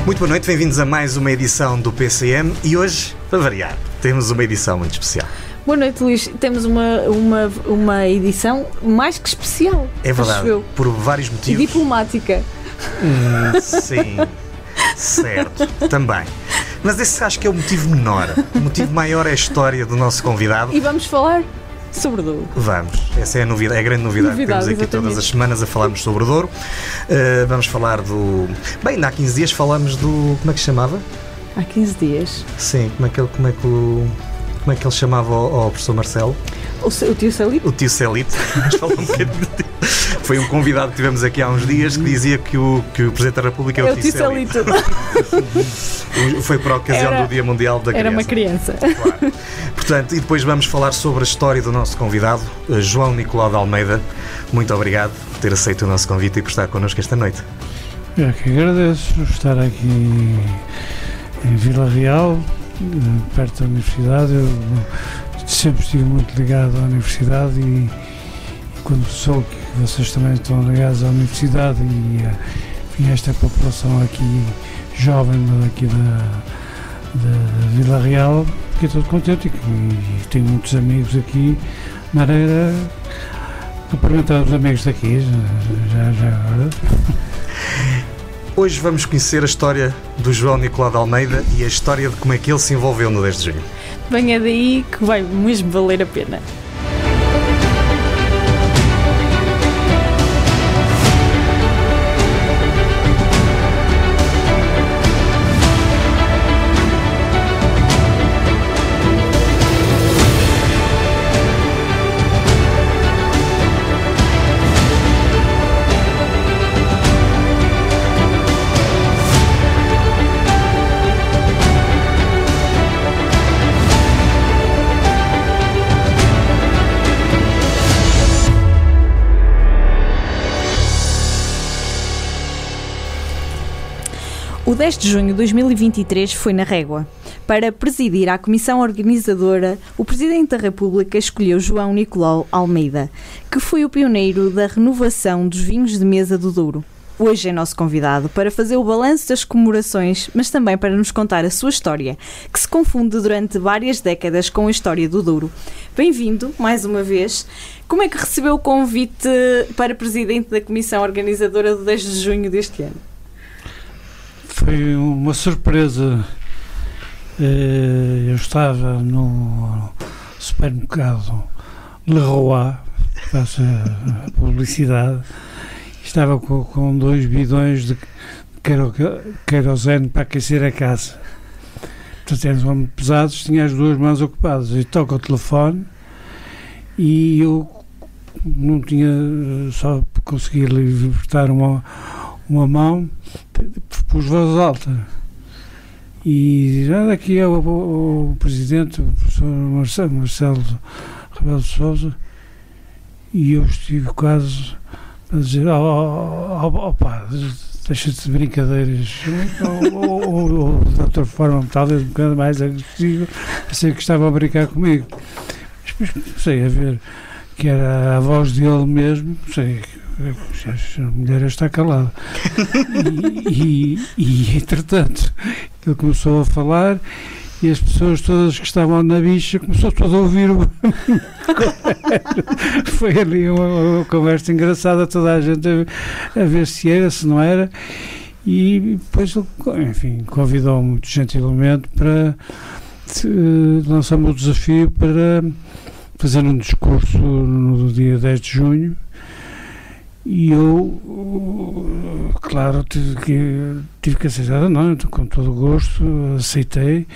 Muito boa noite, bem-vindos a mais uma edição do PCM e hoje, para variar, temos uma edição muito especial. Boa noite, Luís. Temos uma edição mais que especial. É verdade, por vários motivos. E diplomática. Sim, certo, também. Mas esse acho que é o motivo menor. O motivo maior é a história do nosso convidado. E vamos falar sobre Douro. Vamos, essa é a novidade, é a grande novidade que temos aqui exatamente. Todas as semanas a falarmos sobre o Douro. Vamos falar do... Bem, ainda há 15 dias falámos do... Como é que se chamava? Há 15 dias? Sim, como é que ele chamava ao professor Marcelo? O tio Celito? O tio Celito. Foi um convidado que tivemos aqui há uns dias que dizia que o Presidente da República é o tio Celito. Foi por ocasião do Dia Mundial da Criança. Era uma criança. Claro. Portanto, e depois vamos falar sobre a história do nosso convidado, João Nicolau de Almeida. Muito obrigado por ter aceito o nosso convite e por estar connosco esta noite. Eu que agradeço por estar aqui em Vila Real, perto da Universidade. Eu sempre estive muito ligado à Universidade e quando soube que vocês também estão ligados à Universidade e esta população aqui jovem daqui da Vila Real, fiquei todo contente e tenho muitos amigos aqui, de maneira a cumprimentar os amigos daqui, já agora. Hoje vamos conhecer a história do João Nicolau de Almeida e a história de como é que ele se envolveu no 10 de junho. Venha daí que vai mesmo valer a pena. O 10 de junho de 2023 foi na régua. Para presidir a comissão organizadora, o Presidente da República escolheu João Nicolau Almeida, que foi o pioneiro da renovação dos vinhos de mesa do Douro. Hoje é nosso convidado para fazer o balanço das comemorações, mas também para nos contar a sua história, que se confunde durante várias décadas com a história do Douro. Bem-vindo, mais uma vez. Como é que recebeu o convite para Presidente da comissão organizadora do 10 de junho deste ano? Foi uma surpresa. Eu estava no supermercado Leroy, faço a publicidade, estava com 2 bidões de querosene para aquecer a casa. Portanto, eram muito pesados, tinha as 2 mãos ocupadas. E toca o telefone e eu não tinha, só conseguia libertar uma mão, pus voz alta e daqui é o Presidente, o professor Marcelo Rebelo de Sousa, e eu estive quase a dizer pá, deixa-te de brincadeiras, ou de outra forma talvez um bocado mais agressiva, sei que estava a brincar comigo, mas sei a ver que era a voz dele mesmo, sei a mulher está calada e entretanto ele começou a falar e as pessoas todas que estavam na bicha começou todo a ouvir foi ali uma conversa engraçada, toda a gente a ver se era, se não era, e depois ele, enfim, convidou-me muito gentilmente para lançar-me o desafio para fazer um discurso no dia 10 de junho. E eu, claro, tive que aceitar, não, com todo o gosto, aceitei,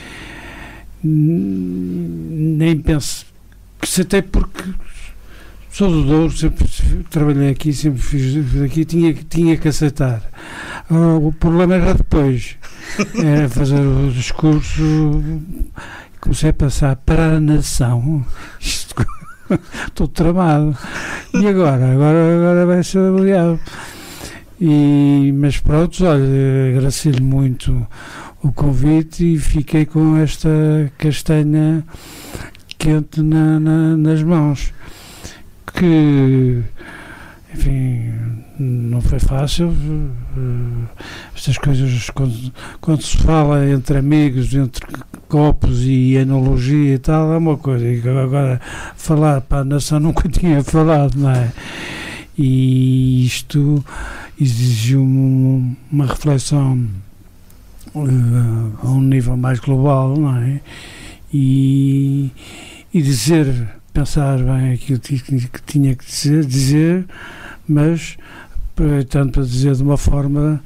nem penso, aceitei porque sou do Douro, sempre trabalhei aqui, sempre fiz aqui, tinha que aceitar. O problema era depois, era fazer o discurso, comecei a passar para a nação, estou tramado. E agora vai ser avaliado. Mas pronto, olha, agradeci-lhe muito o convite e fiquei com esta castanha quente nas mãos, que enfim, não foi fácil. Estas coisas, quando se fala entre amigos, entre copos e analogia e tal, é uma coisa. E agora, falar para a nação nunca tinha falado, não é? E isto exigiu uma reflexão a um nível mais global, não é? E pensar bem aquilo que tinha que dizer, mas aproveitando para dizer de uma forma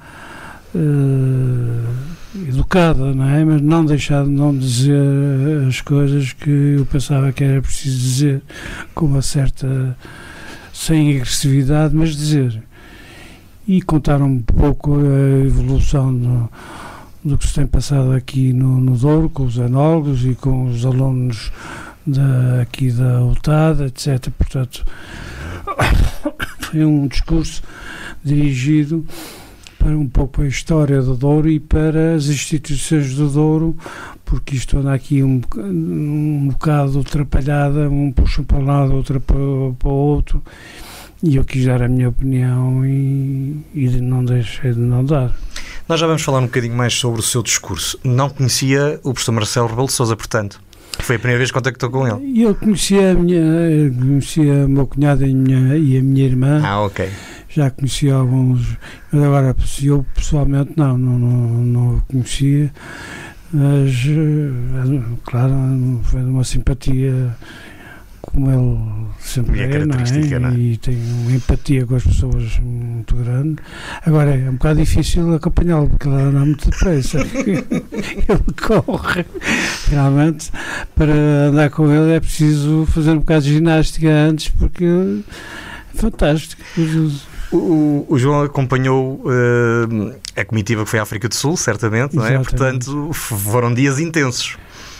educada, não é? Mas não deixar de não dizer as coisas que eu pensava que era preciso dizer com uma certa, sem agressividade, mas dizer. E contar um pouco a evolução do que se tem passado aqui no Douro, com os enólogos e com os alunos aqui da UTAD, etc. Portanto, foi um discurso dirigido para um pouco a história do Douro e para as instituições do Douro, porque isto anda aqui um bocado atrapalhada, um puxa para um lado, outro para o outro, e eu quis dar a minha opinião e não deixei de não dar. Nós já vamos falar um bocadinho mais sobre o seu discurso. Não conhecia o professor Marcelo Rebelo de Sousa, portanto. Foi a primeira vez que contactou com ele. Eu conhecia o meu cunhado e a minha irmã. Ok. Já conhecia alguns, mas agora eu pessoalmente não o conhecia, mas claro, foi de uma simpatia como ele sempre é, não é? E tem uma empatia com as pessoas muito grande. Agora é um bocado difícil acompanhá-lo, porque ele anda muito depressa. Ele corre. Realmente, para andar com ele é preciso fazer um bocado de ginástica antes, porque é fantástico. O João acompanhou a comitiva que foi à África do Sul, certamente, não é? Exatamente. Portanto, foram dias intensos.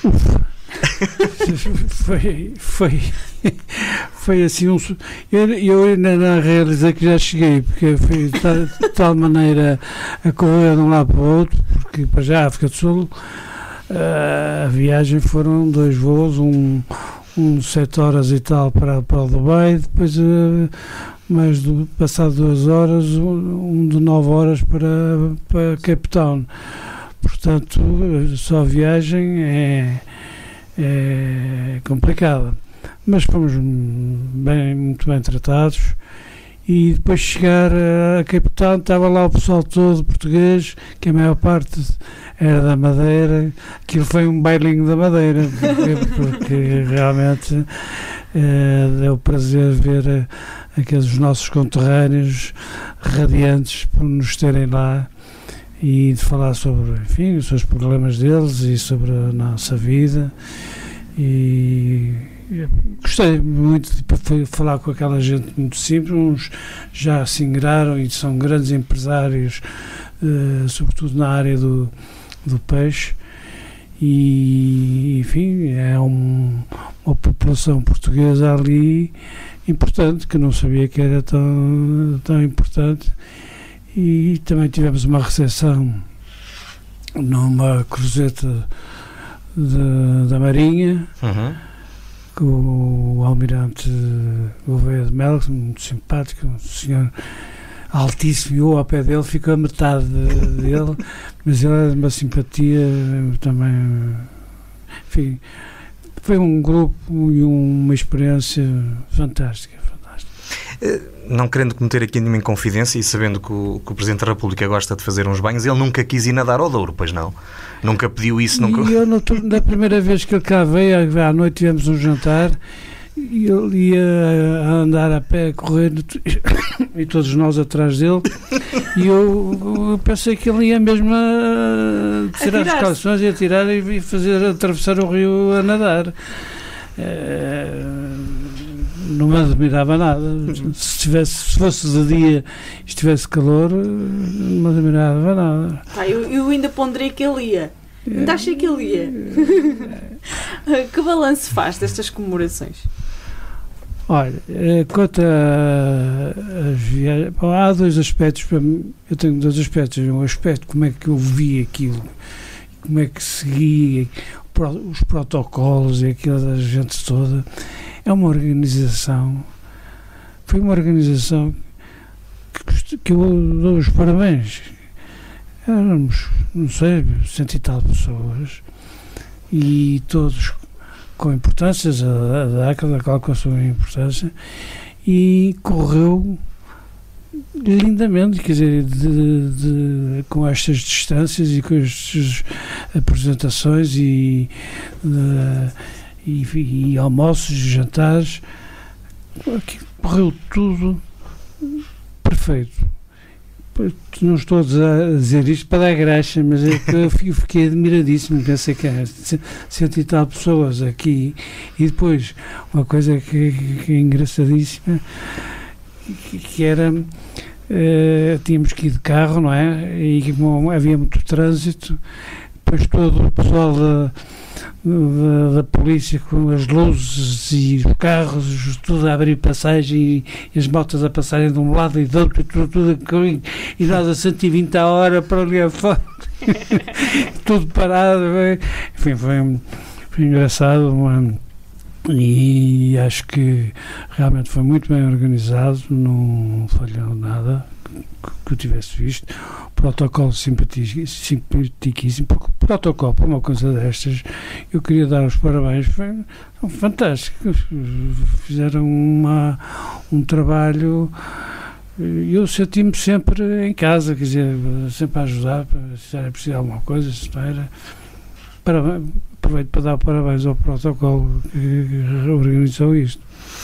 Foi assim eu ainda não realizei que já cheguei, porque foi de tal maneira a correr de um lado para o outro, porque para já a África do Sul a viagem foram 2 voos, um de 7 horas e tal para o Dubai, depois passado 2 horas um de 9 horas para Cape Town. Portanto, só a viagem é complicada, mas fomos muito bem tratados. E depois de chegar a Cape Town, estava lá o pessoal todo português, que a maior parte era da Madeira. Aquilo foi um bailinho da Madeira, porque realmente deu prazer ver aqueles nossos conterrâneos radiantes por nos terem lá e de falar sobre, enfim, os seus problemas deles e sobre a nossa vida. E gostei muito de falar com aquela gente muito simples. Uns já se ingraram e são grandes empresários, sobretudo na área do peixe, e enfim, é uma população portuguesa ali importante, que eu não sabia que era tão importante. E também tivemos uma recepção numa cruzeta da Marinha, com o almirante Gouveia de Melo, muito simpático, um senhor altíssimo, e eu ao pé dele fico a metade dele, mas ele era de uma simpatia também, enfim, foi um grupo e uma experiência fantástica. Não querendo cometer aqui nenhuma inconfidência e sabendo que o Presidente da República gosta de fazer uns banhos, ele nunca quis ir nadar ao Douro, pois não? Nunca pediu isso? Nunca... E eu, na primeira vez que ele cá veio, à noite tivemos um jantar, e ele ia a andar a pé, a correr, e todos nós atrás dele, e eu pensei que ele ia mesmo a tirar as calções e a tirar e atravessar o rio a nadar. Não me admirava nada. Se fosse de dia e estivesse calor, não me admirava nada. Eu ainda ponderei que ele ia. Ainda achei que ele ia. Que balanço faz destas comemorações? Olha, quanto às viagens, há 2 aspectos para mim. Eu tenho 2 aspectos. Um aspecto, como é que eu vi aquilo, como é que seguia os protocolos e aquilo da gente toda. É uma organização, foi uma organização que eu dou os parabéns. Éramos, não sei, 100 e tal pessoas, e todos com importâncias, a DACA, da qual com a sua importância, e correu lindamente, quer dizer, com estas distâncias e com estas apresentações e almoços e jantares, correu tudo perfeito. Não estou a dizer isto para dar graxa, mas é que eu fiquei admiradíssimo. Pensei que era 100 e tal pessoas aqui, e depois uma coisa que é engraçadíssima, que era, tínhamos que ir de carro, não é? E como havia muito trânsito, depois todo o pessoal da polícia com as luzes e os carros, tudo a abrir passagem e as motas a passarem de um lado e do outro, tudo e nós a 120 a hora para ali a fora, tudo parado. Enfim, foi engraçado, e acho que realmente foi muito bem organizado, não falhou nada que eu tivesse visto. Protocolo simpaticíssimo, porque o protocolo para uma coisa destas, eu queria dar os parabéns, foi fantástico, fizeram um trabalho. Eu senti-me sempre em casa, quer dizer, sempre a ajudar, se era preciso alguma coisa, se não era. Aproveito para dar parabéns ao protocolo que organizou isto.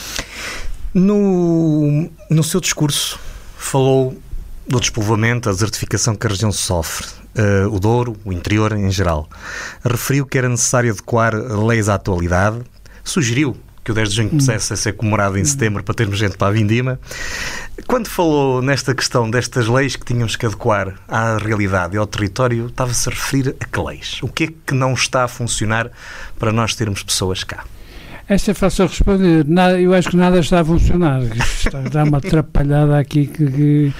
No seu discurso falou do despovoamento, a desertificação que a região sofre, o Douro, o interior em geral. Referiu que era necessário adequar leis à atualidade, sugeriu que o 10 de junho pudesse ser comemorado em setembro para termos gente para a vindima. Quando falou nesta questão destas leis que tínhamos que adequar à realidade e ao território, estava-se a referir a que leis? O que é que não está a funcionar para nós termos pessoas cá? Esta é fácil de responder. Eu acho que nada está a funcionar. Está uma atrapalhada aqui que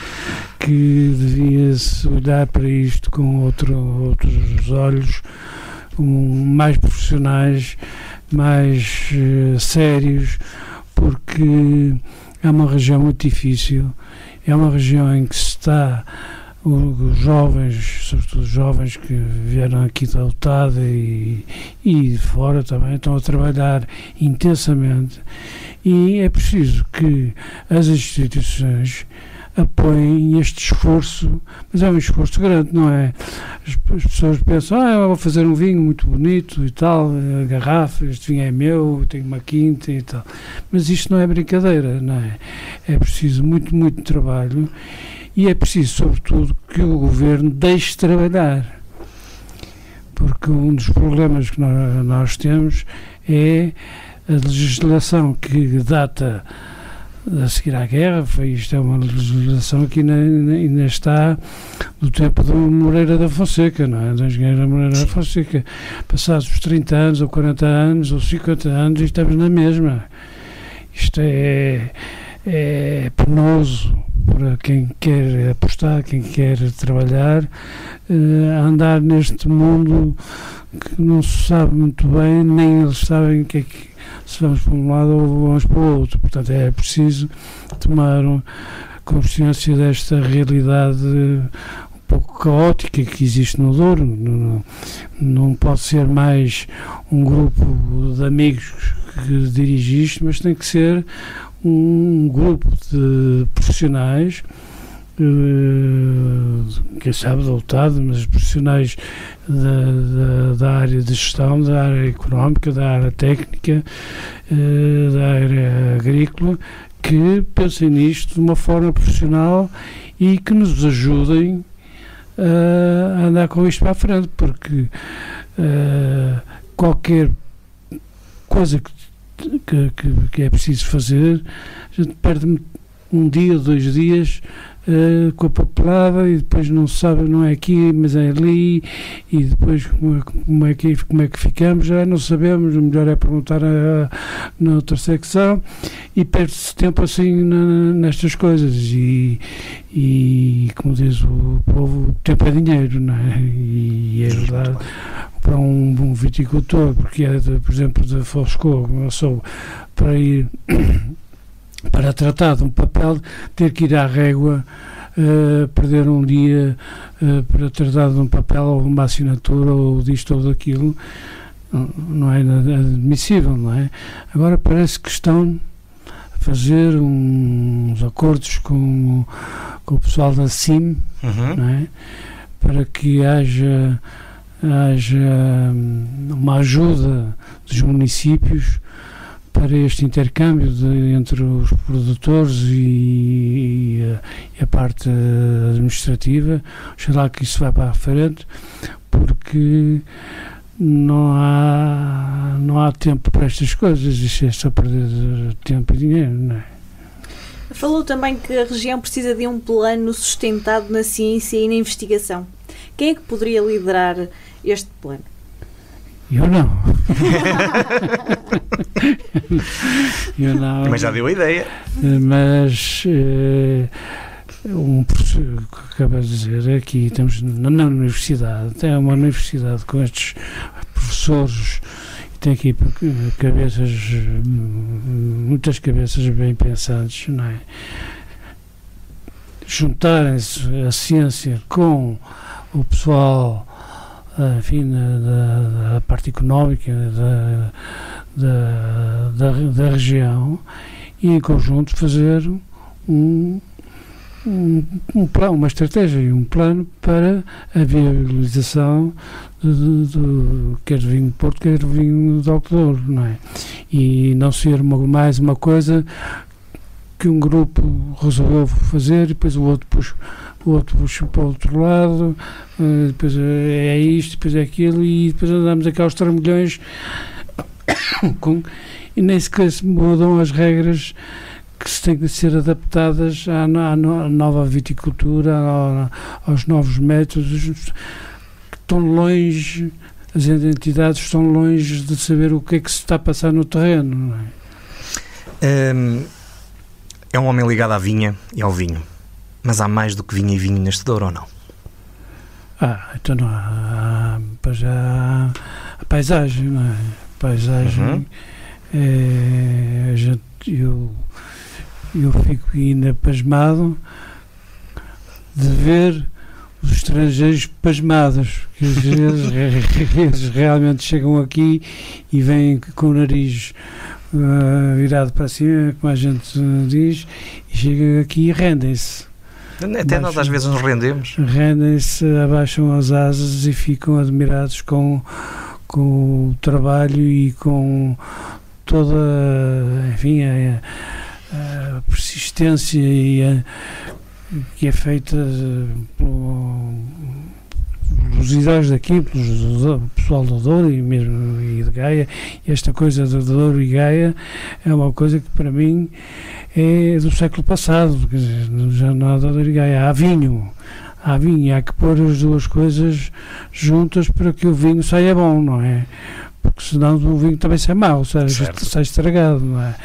devia-se olhar para isto com outros olhos, mais profissionais, mais sérios, porque é uma região muito difícil, é uma região em que se está, os jovens, sobretudo os jovens que vieram aqui da UTAD e de fora também, estão a trabalhar intensamente, e é preciso que as instituições apoiem este esforço, mas é um esforço grande, não é? As pessoas pensam, eu vou fazer um vinho muito bonito e tal, a garrafa, este vinho é meu, tenho uma quinta e tal, mas isto não é brincadeira, não é? É preciso muito, muito trabalho, e é preciso, sobretudo, que o Governo deixe trabalhar, porque um dos problemas que nós temos é a legislação que data a seguir à guerra. Isto é uma legislação que ainda está do tempo do Moreira da Fonseca, não é? Do engenheiro Moreira da Fonseca. Passados os 30 anos, ou 40 anos, ou 50 anos, e estamos na mesma. Isto é penoso para quem quer apostar, quem quer trabalhar, andar neste mundo que não se sabe muito bem, nem eles sabem o que é que, se vamos para um lado ou vamos para o outro. Portanto, é preciso tomar consciência desta realidade um pouco caótica que existe no Douro. Não pode ser mais um grupo de amigos que dirige isto, mas tem que ser um grupo de profissionais, quem sabe da UTAD, mas profissionais da área de gestão, da área económica, da área técnica, da área agrícola, que pensem nisto de uma forma profissional e que nos ajudem a andar com isto para a frente, porque qualquer coisa que é preciso fazer, a gente perde um dia, 2 dias com a papelada, e depois não se sabe, não é aqui, mas é ali, e depois como é que ficamos, já não sabemos. O melhor é perguntar na outra secção, e perde-se tempo assim nestas coisas, e como diz o povo, tempo é dinheiro, não é? E é verdade. Para um viticultor, porque é, por exemplo, de Foscou, como eu sou, para ir para tratar de um papel, ter que ir à régua, perder um dia para tratar de um papel ou uma assinatura ou disto ou daquilo, não é admissível, não é? Agora parece que estão a fazer uns acordos com o pessoal da CIM, não é? Para que haja uma ajuda dos municípios para este intercâmbio entre os produtores e a parte administrativa. Será que isso vai para a frente? Porque não há tempo para estas coisas, isso é só perder tempo e dinheiro, não é? Falou também que a região precisa de um plano sustentado na ciência e na investigação. Quem é que poderia liderar este plano? Eu não. Eu não. Mas já deu a ideia. Mas um professor que acaba de dizer, aqui estamos na universidade, tem uma universidade com estes professores, tem aqui muitas cabeças bem pensantes, não é? Juntarem-se a ciência com o pessoal, enfim, da parte económica da região, e em conjunto fazer um plano, uma estratégia e um plano para a viabilização quer do vinho de Porto, quer do vinho de Alcodouro, não é? E não ser mais uma coisa que um grupo resolveu fazer e depois o outro puxa para o outro lado, depois é isto, depois é aquilo, e depois andamos aqui aos trambolhões e nem sequer se mudam as regras que têm de ser adaptadas à nova viticultura, aos novos métodos, que estão longe, as entidades estão longe de saber o que é que se está a passar no terreno, não é? É um homem ligado à vinha e ao vinho, mas há mais do que vinha e vinho neste Douro, ou não? Então não há, já a paisagem, não é? A paisagem, eu fico ainda pasmado de ver os estrangeiros pasmados, que eles realmente chegam aqui e vêm com o nariz virado para cima, como a gente diz, e chegam aqui e rendem-se. Até nós às vezes nos rendemos. Rendem-se, abaixam as asas e ficam admirados com o trabalho e com toda, enfim, a persistência que é feita pelos idóneos daqui, pelo pessoal do Douro e mesmo e de Gaia. Esta coisa do Douro e Gaia é uma coisa que para mim é do século passado, quer dizer, já não há Douro e Gaia, há vinho, há que pôr as duas coisas juntas para que o vinho saia bom, não é? Porque senão o vinho também sai mau, sai estragado, não é?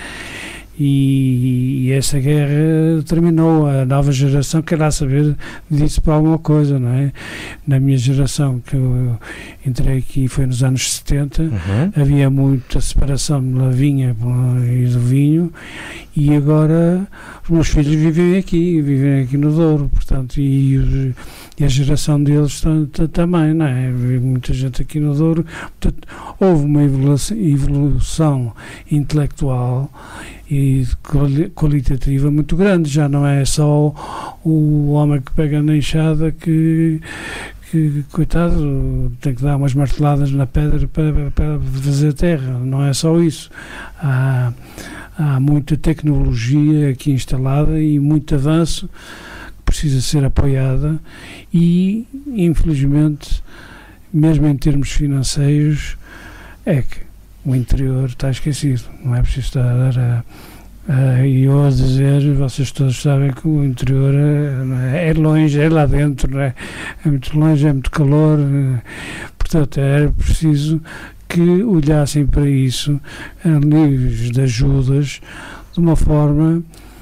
E essa guerra terminou. A nova geração quer lá saber disso para alguma coisa, não é? Na minha geração, que eu entrei aqui, foi nos anos 70, havia muita separação da vinha e do vinho, e agora os meus filhos vivem aqui no Douro, portanto, e a geração deles também, não é? Muita gente aqui no Douro, portanto, houve uma evolução intelectual e qualitativa muito grande. Já não é só o homem que pega na enxada que coitado, tem que dar umas marteladas na pedra para fazer terra. Não é só isso. Há muita tecnologia aqui instalada e muito avanço que precisa ser apoiada, e infelizmente, mesmo em termos financeiros, é que o interior está esquecido. Não é preciso estar e eu a dizer, vocês todos sabem que o interior é longe, é lá dentro, não é? É muito longe, é muito calor, portanto era preciso que olhassem para isso a níveis de ajudas de uma forma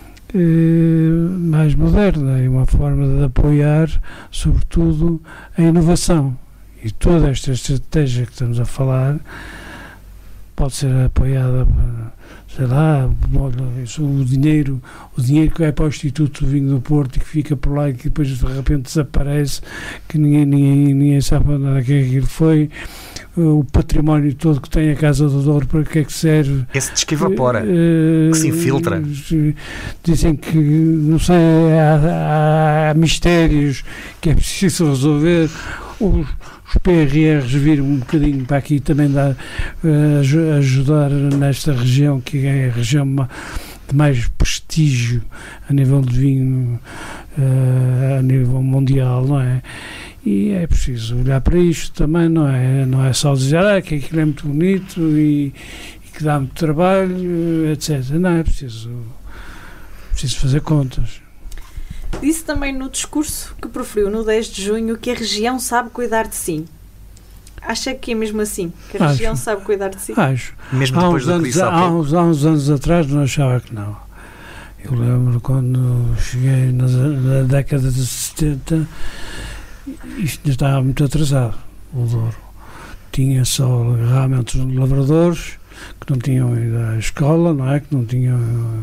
mais moderna, e uma forma de apoiar sobretudo a inovação. E toda esta estratégia que estamos a falar pode ser apoiada, sei lá, o dinheiro que vai para o Instituto do Vinho do Porto e que fica por lá e que depois de repente desaparece, que ninguém sabe nada que aquilo foi, o património todo que tem a Casa do Douro, para que é que serve? Esse diz que evapora, que se infiltra. Dizem que, não sei, há mistérios que é preciso resolver. Os PRRs vir um bocadinho para aqui também ajudar nesta região, que é a região de mais prestígio a nível de vinho, a nível mundial, não é? E é preciso olhar para isto também, não é só dizer que aquilo é muito bonito e que dá muito trabalho, etc. Não, é preciso fazer contas. Disse também no discurso que proferiu no 10 de junho que a região sabe cuidar de si. Acha que é mesmo assim? Que a região sabe cuidar de si? Acho. Mesmo depois da crise há uns anos atrás não achava que não. Eu lembro quando cheguei na década de 70, isto estava muito atrasado, o Douro. Tinha só realmente os lavradores que não tinham ido à escola, não é? Que não tinham...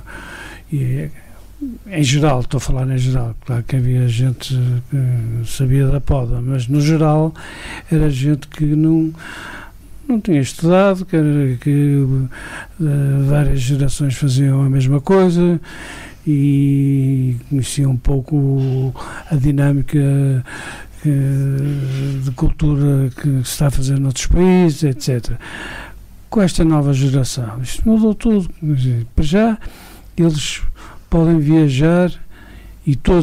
Em geral, estou a falar em geral, claro que havia gente que sabia da poda, mas no geral era gente que não tinha estudado, que várias gerações faziam a mesma coisa e conheciam um pouco a dinâmica de cultura que se está a fazer noutros países, etc. Com esta nova geração, isto mudou tudo. Para já, eles podem viajar e todos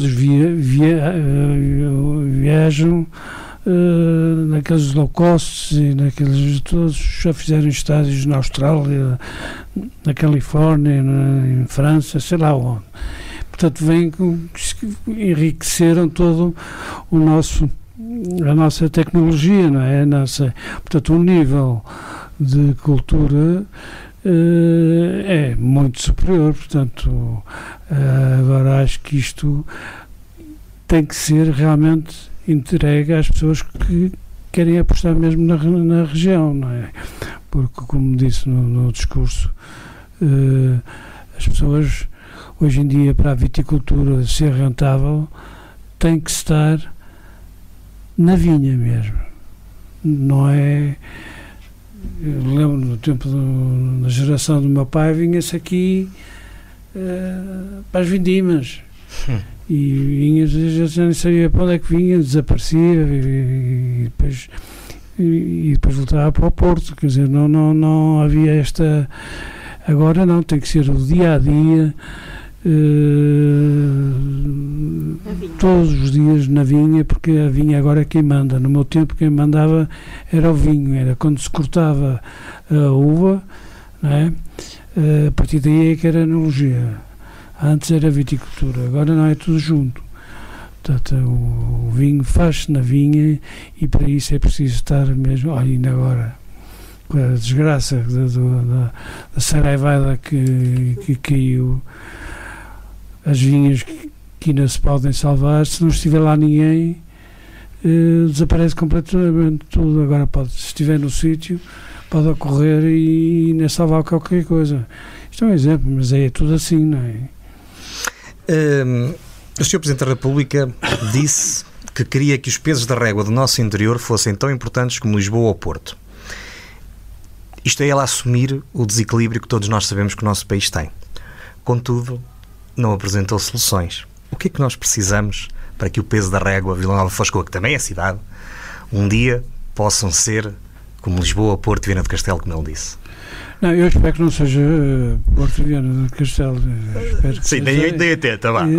viajam naqueles low costs e naqueles, todos já fizeram estágios na Austrália, na Califórnia, em França, sei lá onde. Portanto, enriqueceram todo a nossa tecnologia, não é? Portanto, o nível de cultura é muito superior, portanto, agora acho que isto tem que ser realmente entregue às pessoas que querem apostar mesmo na região, não é? Porque, como disse no discurso, as pessoas, hoje em dia, para a viticultura ser rentável, tem que estar na vinha mesmo, não é... Eu lembro no tempo da geração do meu pai, vinha-se aqui para as vindimas e vinha, já nem sabia para onde é que vinha, desaparecia e depois voltava para o Porto, quer dizer, não havia esta... Agora não, tem que ser o dia a dia, todos os dias na vinha, porque a vinha agora é quem manda. No meu tempo quem mandava era o vinho, era quando se cortava a uva, não é? A partir daí é que era enologia. Antes era viticultura, agora não, é tudo junto. Portanto, o vinho faz-se na vinha e para isso é preciso estar mesmo, olha, ainda agora com a desgraça da saraivada que caiu, as vinhas que ainda se podem salvar, se não estiver lá ninguém, desaparece completamente tudo. Agora se estiver no sítio, pode ocorrer e ainda salvar qualquer coisa. Isto é um exemplo, mas é tudo assim, não é? O Sr. Presidente da República disse que queria que os pesos da régua do nosso interior fossem tão importantes como Lisboa ou Porto. Isto é ela assumir o desequilíbrio que todos nós sabemos que o nosso país tem. Contudo, não apresentou soluções. O que é que nós precisamos para que o peso da régua, Vila Nova de Foscoa, que também é cidade, um dia possam ser como Lisboa, Porto e Viana do Castelo, como ele disse? Não, eu espero que não seja Porto e Viana do Castelo. Sim, nem até, tá bem.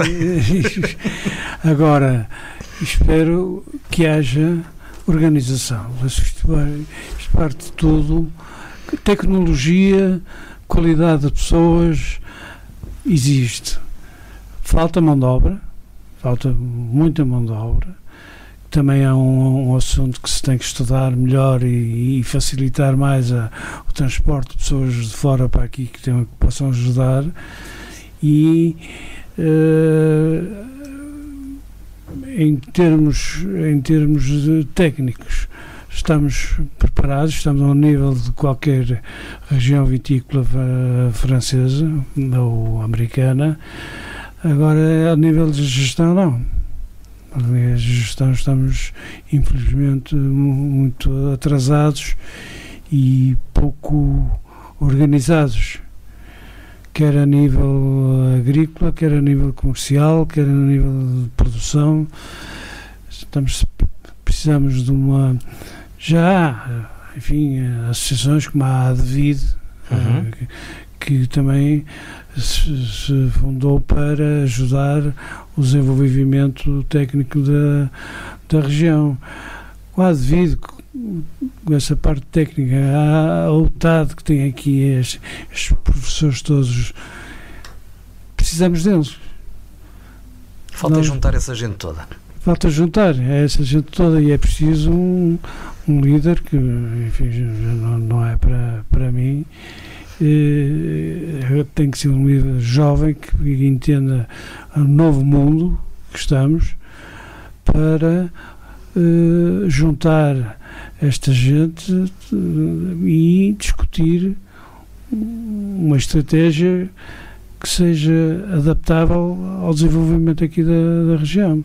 Agora, espero que haja organização. Isto parte de tudo. Tecnologia, qualidade de pessoas, existe. Falta mão de obra, falta muita mão de obra. Também é um assunto que se tem que estudar melhor e facilitar mais o transporte de pessoas de fora para aqui que possam ajudar. E em termos técnicos, estamos preparados, estamos ao nível de qualquer região vitícola francesa ou americana. Agora, a nível de gestão, não. A nível de gestão estamos, infelizmente, muito atrasados e pouco organizados, quer a nível agrícola, quer a nível comercial, quer a nível de produção. Precisamos de uma... Já há, enfim, associações como a ADVID, que também se fundou para ajudar o desenvolvimento técnico da região. O ADVID, com essa parte técnica, a UTAD, que tem aqui estes professores todos, precisamos deles. Falta juntar essa gente toda. Falta juntar essa gente toda e é preciso um líder que, enfim, não é para mim. Tem que ser um líder jovem que entenda o novo mundo que estamos, para juntar esta gente e discutir uma estratégia que seja adaptável ao desenvolvimento aqui da região.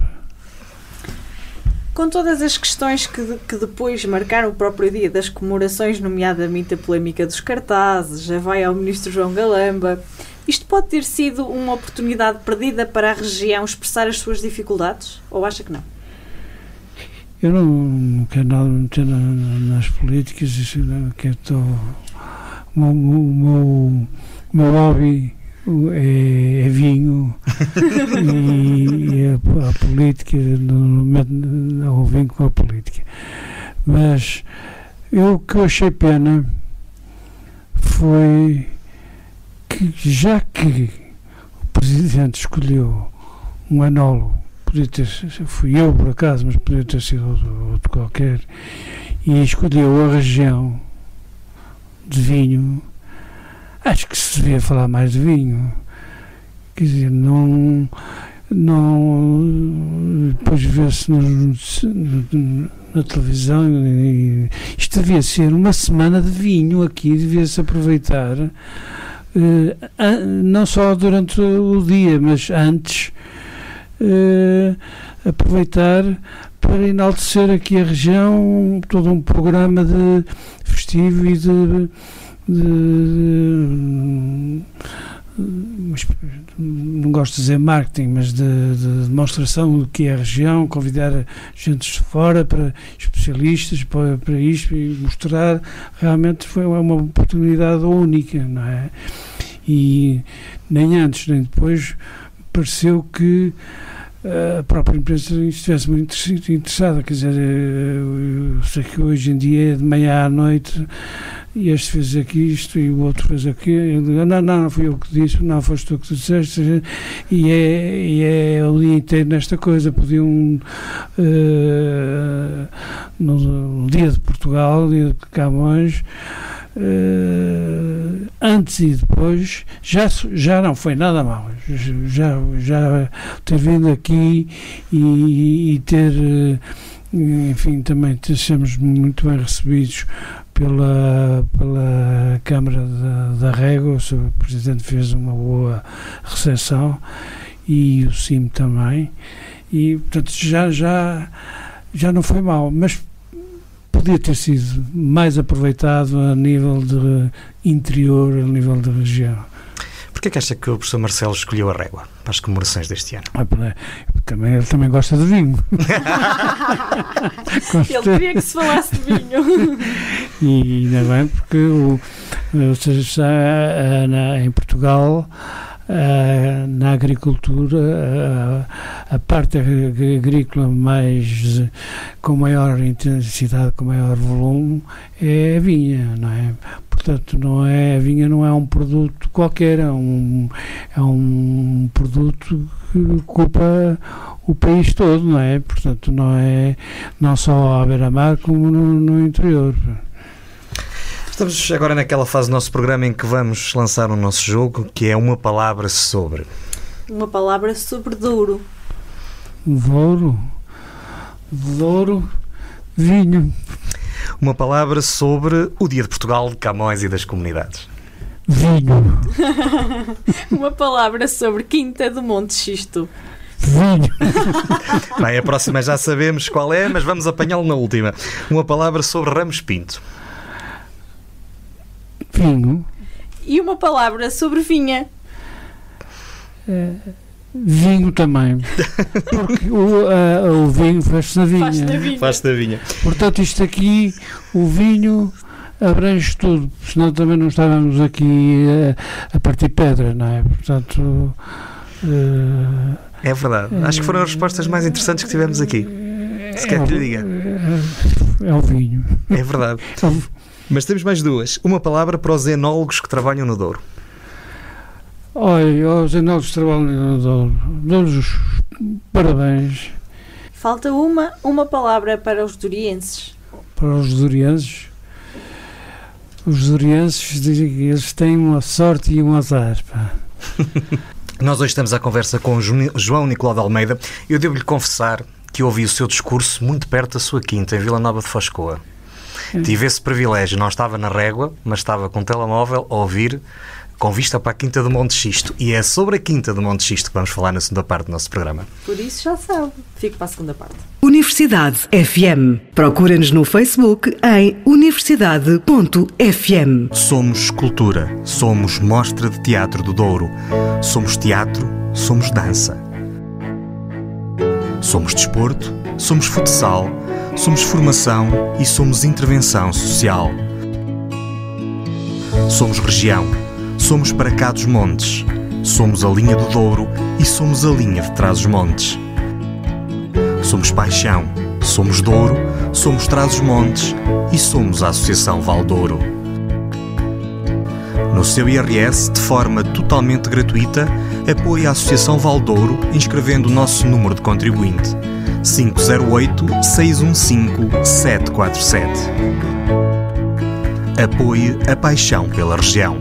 Com todas as questões que depois marcaram o próprio dia das comemorações, nomeadamente a polémica dos cartazes, já vai ao ministro João Galamba, isto pode ter sido uma oportunidade perdida para a região expressar as suas dificuldades? Ou acha que não? Eu não quero nada meter nas políticas, que o meu hobby é vinho e a política, não vinho com a política. Mas o que eu achei pena foi que, já que o Presidente escolheu um enólogo, fui eu por acaso, mas podia ter sido outro qualquer, e escolheu a região de vinho, acho que se devia falar mais de vinho. Quer dizer, não depois vê-se na televisão, isto devia ser uma semana de vinho aqui, devia-se aproveitar, não só durante o dia, mas antes, aproveitar para enaltecer aqui a região, todo um programa de festivo e não gosto de dizer marketing, mas de demonstração do que é a região, convidar gente de fora, para especialistas, para isto, e mostrar. Realmente foi uma oportunidade única, não é? E nem antes nem depois pareceu que a própria imprensa estivesse muito interessada. Quer dizer, eu sei que hoje em dia é de manhã à noite, e este fez aqui isto e o outro fez aquilo, não fui eu que disse, não foste tu que disseste, e é o dia inteiro nesta coisa. Podiam no dia de Portugal, dia de Camões, antes e depois, já não foi nada mal, já ter vindo aqui e ter, enfim, também sermos muito bem recebidos pela Câmara da Régua. O Presidente fez uma boa recepção e o CIM também, e portanto já não foi mal, mas podia ter sido mais aproveitado a nível de interior, a nível de região. Porquê que acha que o professor Marcelo escolheu a Régua para as comemorações deste ano? Ele também gosta de vinho. Ele queria que se falasse de vinho. E ainda bem, porque em Portugal, na agricultura, a parte agrícola com maior intensidade, com maior volume, é a vinha, não é? Portanto, a vinha não é um produto qualquer, é um produto que ocupa o país todo, não é? Portanto, não só à beira-mar como no interior. Estamos agora naquela fase do nosso programa em que vamos lançar o nosso jogo, que é uma palavra sobre. Uma palavra sobre Douro. Douro, vinho. Uma palavra sobre o Dia de Portugal, de Camões e das comunidades. Vinho. Uma palavra sobre Quinta do Monte Xisto. Vinho. Bem, a próxima já sabemos qual é, mas vamos apanhá-lo na última. Uma palavra sobre Ramos Pinto. Vinho. E uma palavra sobre vinha. Vinho também. Porque o vinho faz-se na vinha. Faz-se da vinha. Portanto, isto aqui, o vinho abrange tudo, senão também não estávamos aqui a partir pedra, não é? Portanto... É verdade. Acho que foram as respostas mais interessantes que tivemos aqui. Se quer que lhe diga. É o vinho. É verdade. Mas temos mais duas. Uma palavra para os enólogos que trabalham no Douro. Olha, os enólogos que trabalham no Douro, dou-lhes os parabéns. Falta uma palavra para os dourienses. Para os dourienses. Os dourienses dizem que eles têm uma sorte e um azar, pá. Nós hoje estamos à conversa com o João Nicolau de Almeida. Eu devo-lhe confessar que ouvi o seu discurso muito perto da sua quinta, em Vila Nova de Foscoa. Tive esse privilégio. Não estava na régua, mas estava com o telemóvel a ouvir, com vista para a Quinta do Monte Xisto. E é sobre a Quinta do Monte Xisto que vamos falar na segunda parte do nosso programa. Por isso já sabe. Fico para a segunda parte. Universidade FM. Procura-nos no Facebook em universidade.fm. Somos cultura. Somos Mostra de Teatro do Douro. Somos teatro. Somos dança. Somos desporto. Somos futsal. Somos formação e somos intervenção social. Somos região. Somos para cá dos montes. Somos a linha do Douro e somos a linha de Trás-os-Montes. Somos paixão. Somos Douro. Somos Trás-os-Montes e somos a Associação Valdouro. No seu IRS, de forma totalmente gratuita, apoie a Associação Valdouro inscrevendo o nosso número de contribuinte 508-615-747. Apoie a paixão pela região.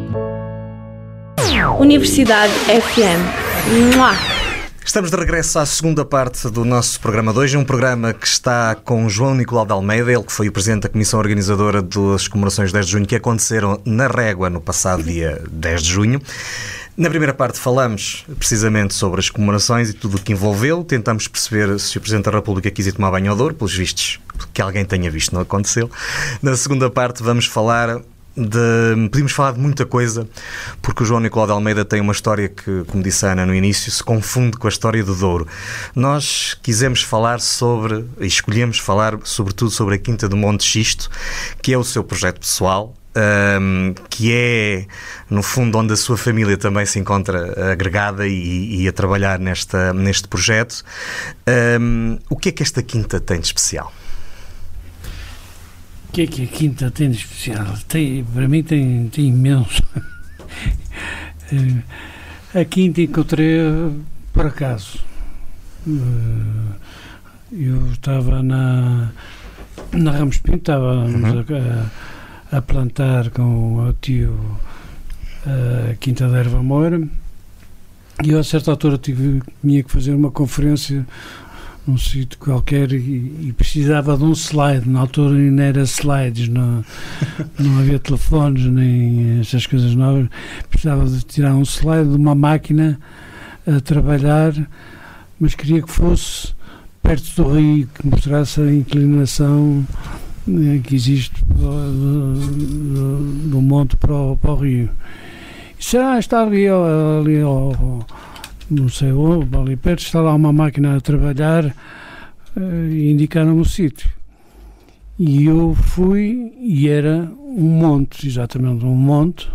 Universidade FM. Mua! Estamos de regresso à segunda parte do nosso programa de hoje, um programa que está com João Nicolau de Almeida, ele que foi o Presidente da Comissão Organizadora das comemorações de 10 de junho, que aconteceram na Régua no passado dia 10 de junho. Na primeira parte falamos precisamente sobre as comemorações e tudo o que envolveu, tentamos perceber se o Presidente da República quis ir tomar banho ao Douro, pelos vistos que alguém tenha visto, não aconteceu. Na segunda parte vamos falar podíamos falar de muita coisa, porque o João Nicolau de Almeida tem uma história que, como disse a Ana no início, se confunde com a história do Douro. Nós quisemos falar sobre, e escolhemos falar sobretudo sobre a Quinta do Monte Xisto, que é o seu projeto pessoal, que é, no fundo, onde a sua família também se encontra agregada e a trabalhar neste projeto. O que é que esta quinta tem de especial? O que é que a quinta tem de especial? Para mim tem imenso. A quinta encontrei por acaso. Eu estava na Ramos Pinto, estávamos a plantar com o tio a Quinta da Erva Moura, e eu a certa altura tinha que fazer uma conferência num sítio qualquer e precisava de um slide. Na altura ainda era slides, não havia telefones nem essas coisas novas. Precisava de tirar um slide de uma máquina a trabalhar, mas queria que fosse perto do rio, que mostrasse a inclinação que existe do monte para o rio. E está ali não sei onde, ali perto, está lá uma máquina a trabalhar, e indicaram-me o sítio. E eu fui e era um monte, exatamente um monte,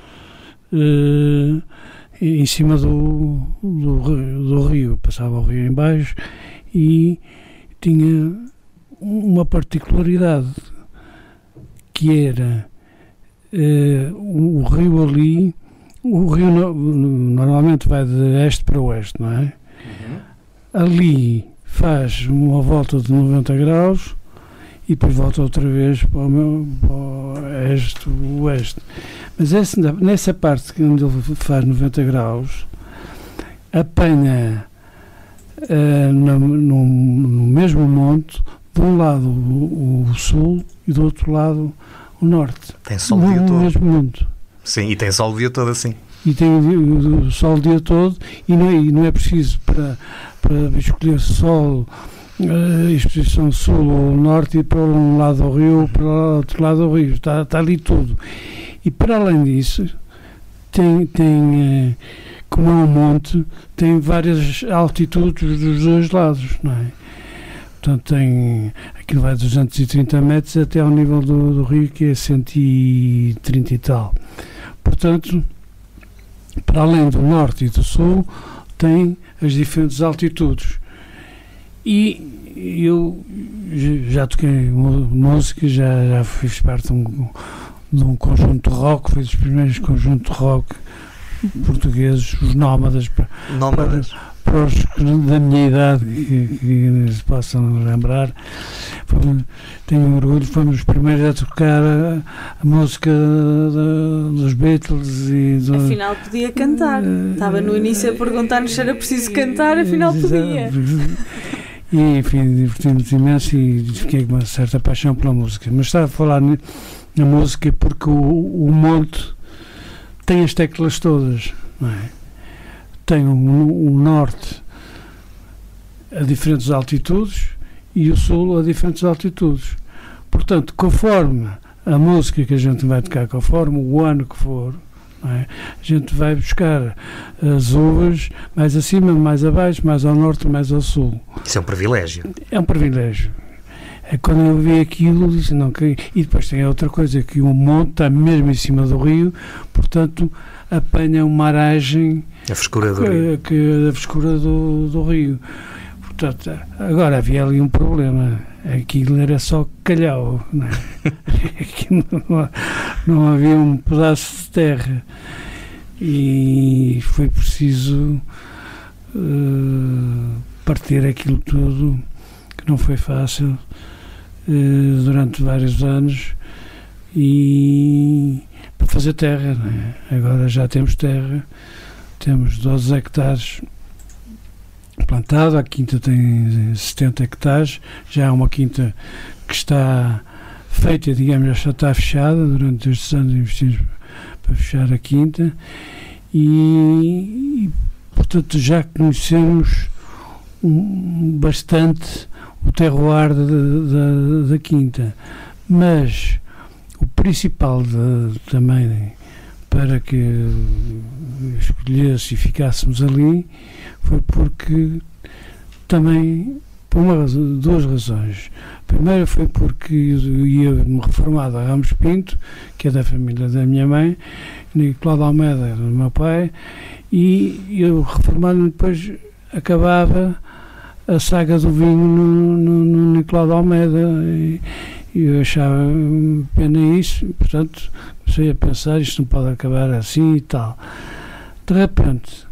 em cima do rio. Passava o rio em baixo e tinha uma particularidade, que era o rio ali. O rio normalmente vai de este para oeste, não é? Ali faz uma volta de 90 graus e depois volta outra vez para o oeste. Mas nessa parte onde ele faz 90 graus, apanha no mesmo monte de um lado o sul e do outro lado o norte. Tem sol o dia todo. Mesmo mundo. Sim, e tem sol o dia todo assim. E tem o sol o dia todo e não é preciso para escolher sol, exposição sul ou norte, e para um lado do rio ou para o outro lado do rio. Está ali tudo. E para além disso, tem como é um monte, tem várias altitudes dos dois lados, não é? Portanto, aquilo vai de 230 metros até ao nível do rio, que é 130 e tal. Portanto, para além do norte e do sul, tem as diferentes altitudes. E eu já toquei música, já fiz parte de um conjunto de rock, foi dos primeiros conjuntos de rock portugueses, os Nómadas. Para os da minha idade que se possam lembrar, tenho orgulho, fomos os primeiros a tocar a música dos Beatles afinal podia cantar, estava no início a perguntar-nos se era preciso cantar, afinal podia. E enfim, divertimos imenso e fiquei com uma certa paixão pela música, mas estava a falar na música porque o monte tem as teclas todas, não é? Tem o norte a diferentes altitudes e o sul a diferentes altitudes. Portanto, conforme a música que a gente vai tocar, conforme o ano que for, não é? A gente vai buscar as uvas mais acima, mais abaixo, mais ao norte, mais ao sul. Isso é um privilégio. É um privilégio. É quando eu vi aquilo, disse não, que... E depois tem outra coisa, que o monte está mesmo em cima do rio, portanto apanha uma aragem, a frescura do rio. A frescura do rio. Portanto, agora havia ali um problema, aquilo era só calhau, não é? Aquilo não havia um pedaço de terra e foi preciso partir aquilo tudo, que não foi fácil, durante vários anos, e para fazer terra, não é? Agora já temos terra, temos 12 hectares plantado, a quinta tem 70 hectares, já é uma quinta que está feita, digamos, já está fechada. Durante estes anos investimos para fechar a quinta e portanto já conhecemos bastante o terroir da quinta, mas o principal também para que escolhesse e ficássemos ali foi porque também, por duas razões. A primeira foi porque eu ia-me reformar da Ramos Pinto, que é da família da minha mãe, Nicolau Almeida era do meu pai, e eu reformando depois acabava a saga do vinho no Nicolau Almeida, e eu achava pena isso, e, portanto comecei a pensar, isto não pode acabar assim e tal. De repente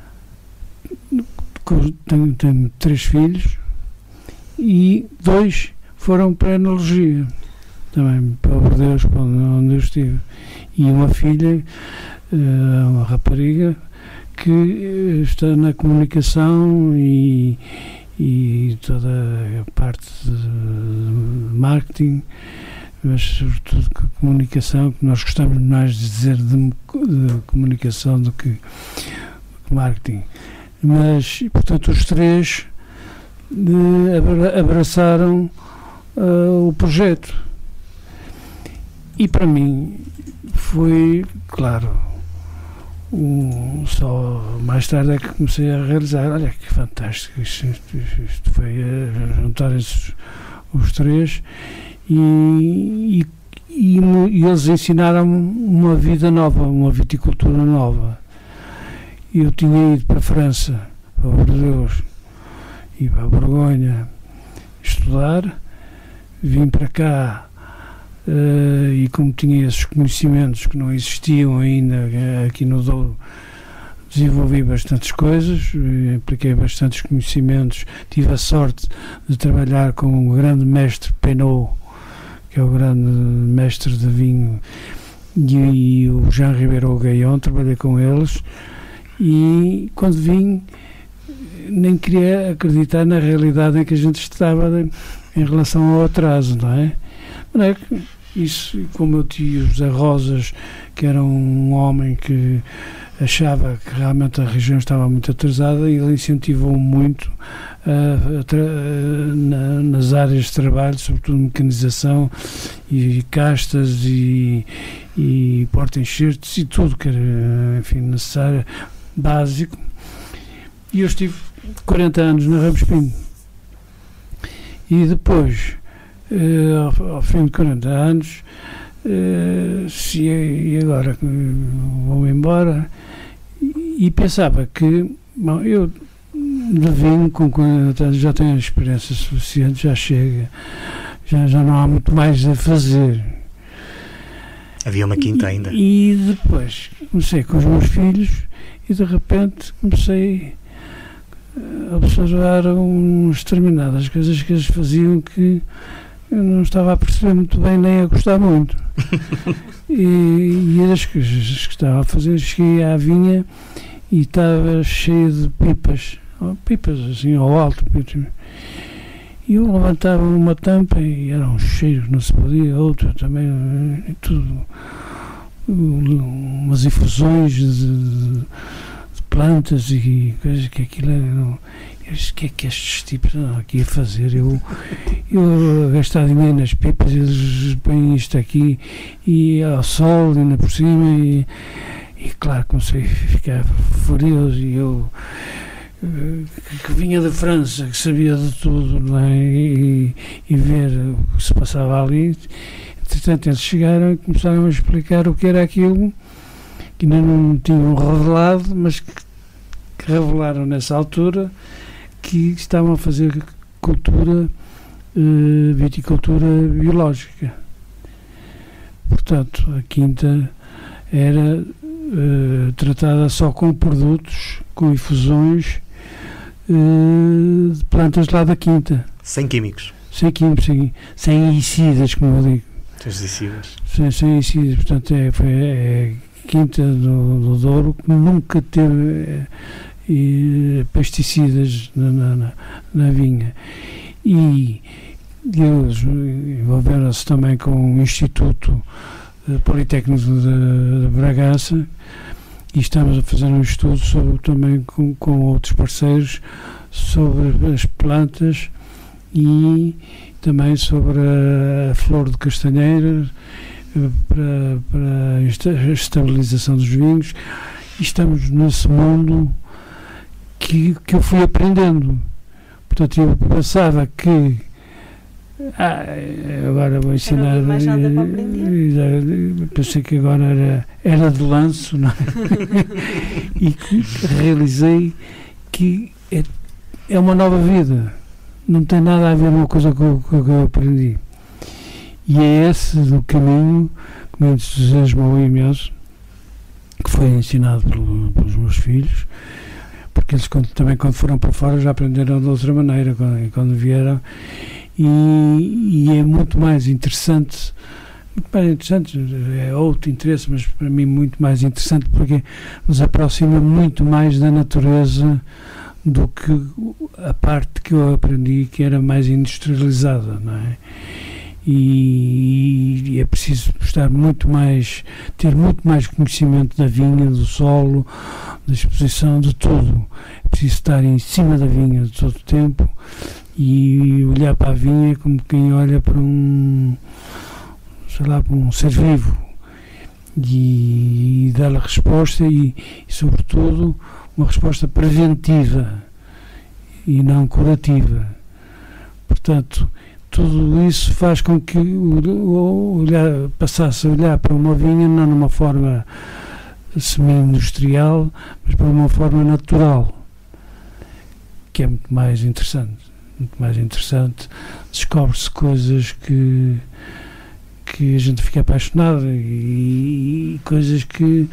tenho 3 filhos e 2 foram para a enologia também, para o Deus, onde eu estive, e uma filha, uma rapariga que está na comunicação e toda a parte de marketing, mas sobretudo comunicação, que nós gostamos mais de dizer de comunicação do que marketing. Mas, portanto, os 3 abraçaram o projeto. E para mim foi, claro, só mais tarde é que comecei a realizar, olha que fantástico, isto foi juntarem-se os 3 e eles ensinaram-me uma vida nova, uma viticultura nova. Eu tinha ido para a França, para Bordeaux e para a Borgonha estudar, vim para cá e como tinha esses conhecimentos que não existiam ainda aqui no Douro, desenvolvi bastantes coisas, apliquei bastantes conhecimentos, tive a sorte de trabalhar com o grande mestre Penot, que é o grande mestre de vinho, e o Jean Ribeiro Gaillon, trabalhei com eles. E quando vim nem queria acreditar na realidade em que a gente estava em relação ao atraso, não é? Não é que isso, como o meu tio José Rosas, que era um homem que achava que realmente a região estava muito atrasada, ele incentivou muito nas áreas de trabalho, sobretudo mecanização e castas e porta-enxertos e tudo que era, enfim, necessário, básico. E eu estive 40 anos na Ramos Pinto. E depois, ao fim de 40 anos, e agora vou embora, e pensava que, bom, eu de vinho com 40 anos já tenho a experiência suficiente, já chega, já não há muito mais a fazer. Havia uma quinta ainda. E depois comecei com os meus filhos e de repente comecei a observar umas determinadas coisas que eles faziam que eu não estava a perceber muito bem nem a gostar muito. E as coisas que estava a fazer, cheguei à vinha e estava cheio de pipas assim ao alto. E eu levantava uma tampa e era um cheiro que não se podia, outra também, e tudo, umas infusões de plantas e coisas que aquilo era. O que é que estes tipos estão aqui a fazer? Eu a gastar dinheiro nas pipas, eles põem isto aqui e ao sol e ainda por cima e claro, comecei a ficar furioso e eu que vinha da França, que sabia de tudo, não é? E ver o que se passava ali. Entretanto, eles chegaram e começaram a explicar o que era aquilo que ainda não tinham revelado, mas que revelaram nessa altura que estavam a fazer cultura, viticultura biológica. Portanto, a quinta era tratada só com produtos, com infusões de plantas lá da quinta. Sem químicos. Sem químicos, sem herbicidas, como eu digo. Sem herbicidas. Portanto, foi a quinta do Douro que nunca teve pesticidas na vinha. E eles envolveram-se também com o Instituto Politécnico de Bragança e estamos a fazer um estudo sobre, também com outros parceiros sobre as plantas e também sobre a flor de castanheira para a estabilização dos vinhos. E estamos nesse mundo que eu fui aprendendo. Portanto, eu pensava que agora vou ensinar. Não mais nada para aprender. Pensei que agora era de lanço, não é? E que realizei que é uma nova vida. Não tem nada a ver com uma coisa que eu aprendi. E é esse o caminho que me entusiasmou imenso, que foi ensinado pelos meus filhos, porque eles também quando foram para fora já aprenderam de outra maneira quando vieram. E é muito mais interessante, é outro interesse, mas para mim muito mais interessante porque nos aproxima muito mais da natureza do que a parte que eu aprendi, que era mais industrializada, não é? E é preciso ter muito mais conhecimento da vinha, do solo, da exposição, de tudo. É preciso estar em cima da vinha de todo o tempo e olhar para a vinha como quem olha para para um ser vivo e dar-lhe resposta e, sobretudo, uma resposta preventiva e não curativa. Portanto, tudo isso faz com que passasse a olhar para uma vinha não numa forma semi-industrial, mas para uma forma natural, que é muito mais interessante. Descobre-se coisas que a gente fica apaixonado e coisas que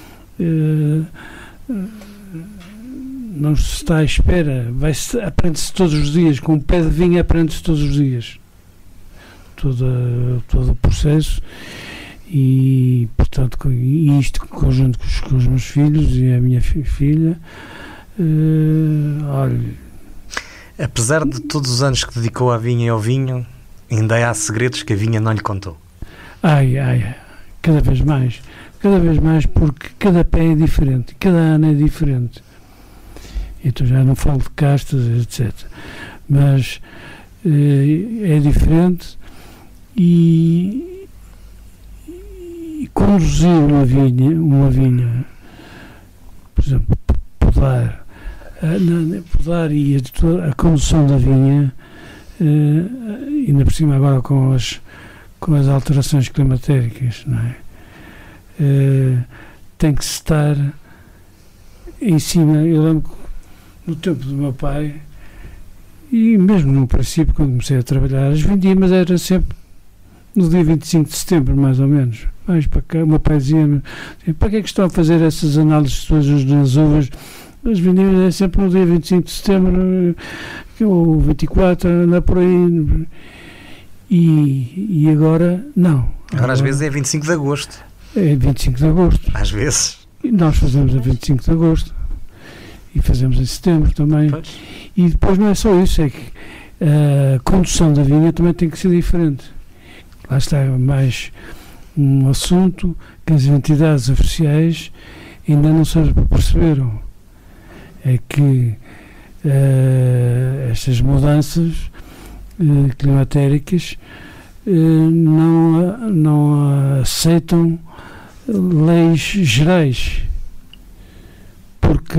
não se está à espera. Aprende-se todos os dias, com um pé de vinho aprende-se todos os dias todo o processo e, portanto, isto conjunto com os meus filhos e a minha filha, olha. Apesar de todos os anos que dedicou à vinha e ao vinho, ainda há segredos que a vinha não lhe contou. Cada vez mais, porque cada pé é diferente, cada ano é diferente. Então já não falo de castas, etc. Mas é diferente e conduzir uma vinha, por exemplo, podar e a condução da vinha, ainda por cima agora com as alterações climatéricas, não é? Tem que se estar em cima. Eu lembro que no tempo do meu pai, e mesmo no princípio, quando comecei a trabalhar, as vendia, mas era sempre no dia 25 de setembro, mais ou menos. Mais para cá, o meu pai dizia-me: para que é que estão a fazer essas análises todas nas uvas? As vendidas é sempre no dia 25 de setembro, ou 24, anda por aí. E agora, não. Agora às vezes é 25 de agosto. É 25 de agosto. Às vezes. E nós fazemos a 25 de agosto. E fazemos em setembro também. Pois. E depois não é só isso, é que a condução da vinha também tem que ser diferente. Lá está mais um assunto que as entidades oficiais ainda não se perceberam. É que estas mudanças climatéricas não aceitam leis gerais, porque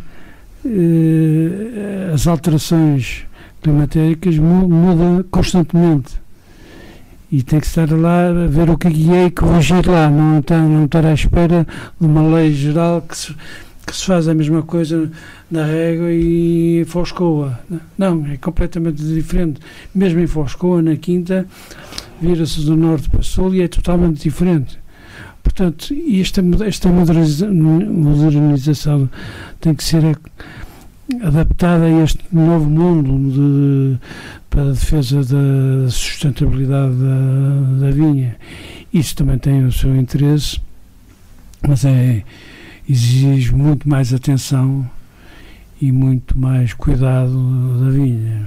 as alterações climatéricas mudam constantemente e tem que estar lá a ver o que é e corrigir lá, não estar à espera de uma lei geral que se faz a mesma coisa na Régua e em Foscoa. Não, é completamente diferente. Mesmo em Foscoa, na Quinta, vira-se do norte para o sul e é totalmente diferente. Portanto, esta modernização tem que ser adaptada a este novo mundo para a defesa da sustentabilidade da vinha. Isso também tem o seu interesse, mas exige muito mais atenção e muito mais cuidado da vinha.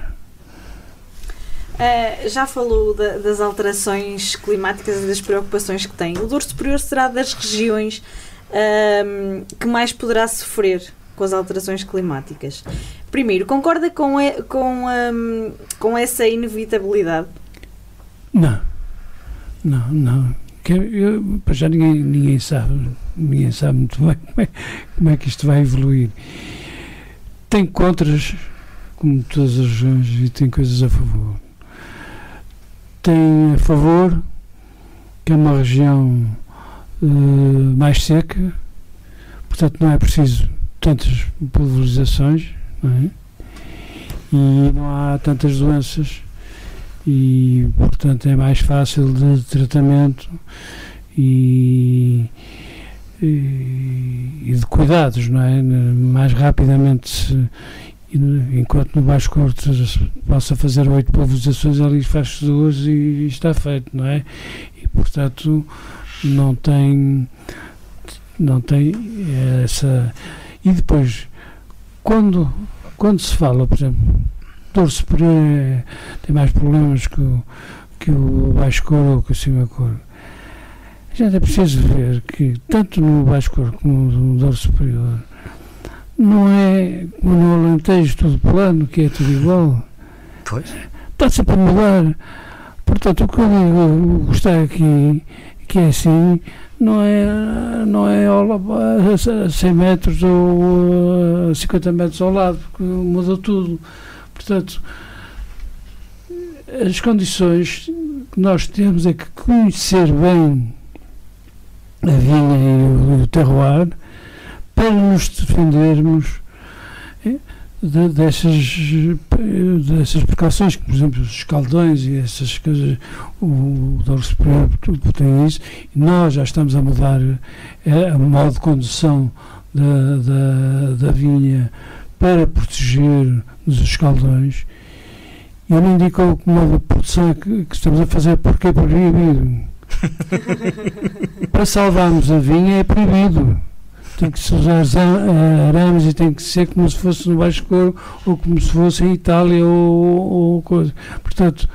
Já falou das alterações climáticas e das preocupações que tem. O Douro Superior será das regiões que mais poderá sofrer com as alterações climáticas. Primeiro, concorda com essa inevitabilidade? Não. Para já ninguém sabe muito bem como é que isto vai evoluir. Tem contras, como todas as regiões, e tem coisas a favor. Tem a favor que é uma região mais seca, portanto não é preciso tantas pulverizações, não é? E não há tantas doenças e, portanto, é mais fácil de tratamento e de cuidados, não é? Mais rapidamente, enquanto no Baixo Corte possa fazer 8 pulverizações, ali faz-se 2 e está feito, não é? E, portanto, não tem essa... E depois, quando se fala, por exemplo, Douro Superior tem mais problemas que o Baixo Coro ou que o Cima Coro. A gente é preciso ver que, tanto no Baixo Coro como no Douro Superior, não é como no Alentejo tudo plano, que é tudo igual. Pois. Está sempre a mudar. Portanto, o que eu digo, está aqui, que é assim, não é a 100 metros ou a 50 metros ao lado, porque muda tudo. Portanto, as condições que nós temos é que conhecer bem a vinha e o terroir para nos defendermos dessas precauções, que, por exemplo, os escaldões e essas coisas, o Douro Superior tem isso, e nós já estamos a mudar a modo de condução da vinha para proteger dos escaldões. Eu não indico como uma produção que estamos a fazer porque é proibido. Para salvarmos a vinha é proibido. Tem que se usar arames estratégia tem que ser como se fosse no Baixo Coro ou como se fosse em Itália ou coisa. Portanto,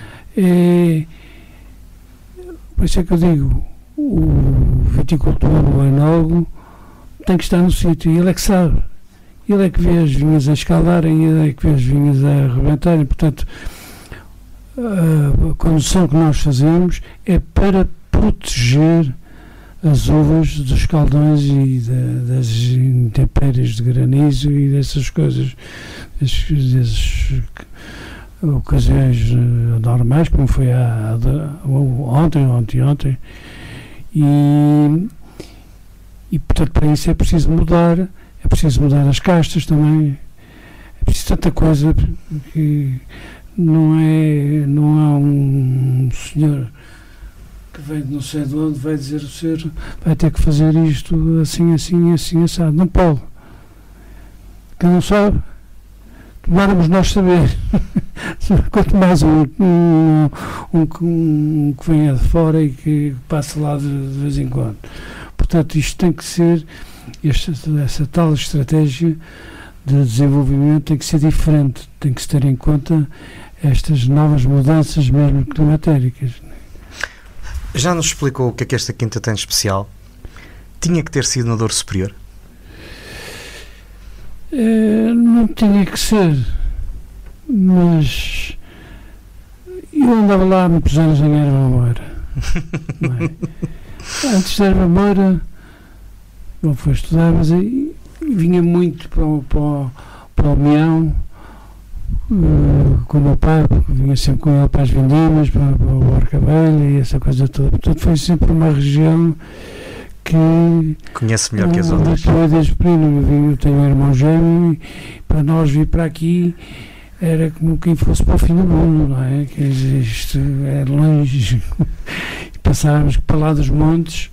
por isso é que eu digo, o viticultor, o enólogo, tem que estar no sítio e ele é que sabe. Ele é que vê as vinhas a escaldarem, ele é que vê as vinhas a arrebentarem. Portanto, a condução que nós fazemos é para proteger as uvas dos escaldões e das intempéries de granizo e dessas coisas, dessas ocasiões normais, como foi ontem. E portanto, para isso é preciso mudar as castas também, é preciso tanta coisa, que não há um senhor que vem de não sei de onde vai dizer o senhor vai ter que fazer isto assim, assado. Não pode. Quem não sabe, tomáramos nós saber. Quanto mais um que venha de fora e que passe lá de vez em quando. Portanto, isto tem que ser, essa tal estratégia de desenvolvimento tem que ser diferente, tem que se ter em conta estas novas mudanças mesmo climatéricas. Já nos explicou o que é esta quinta tem de especial? Tinha que ter sido no Douro Superior? Não tinha que ser, mas eu andava lá há muitos anos em Erva Moura. Antes da Erva Moura, não foi estudar, mas vinha muito para o Mião, com o meu pai, porque vinha sempre com ele para as vindimas, para o Barcabelha e essa coisa toda. Portanto, foi sempre uma região que conhece melhor que as outras. Desde pequeno, eu tenho um irmão gêmeo e para nós vir para aqui era como quem fosse para o fim do mundo, não é? Que isto é longe. Passávamos para lá dos montes,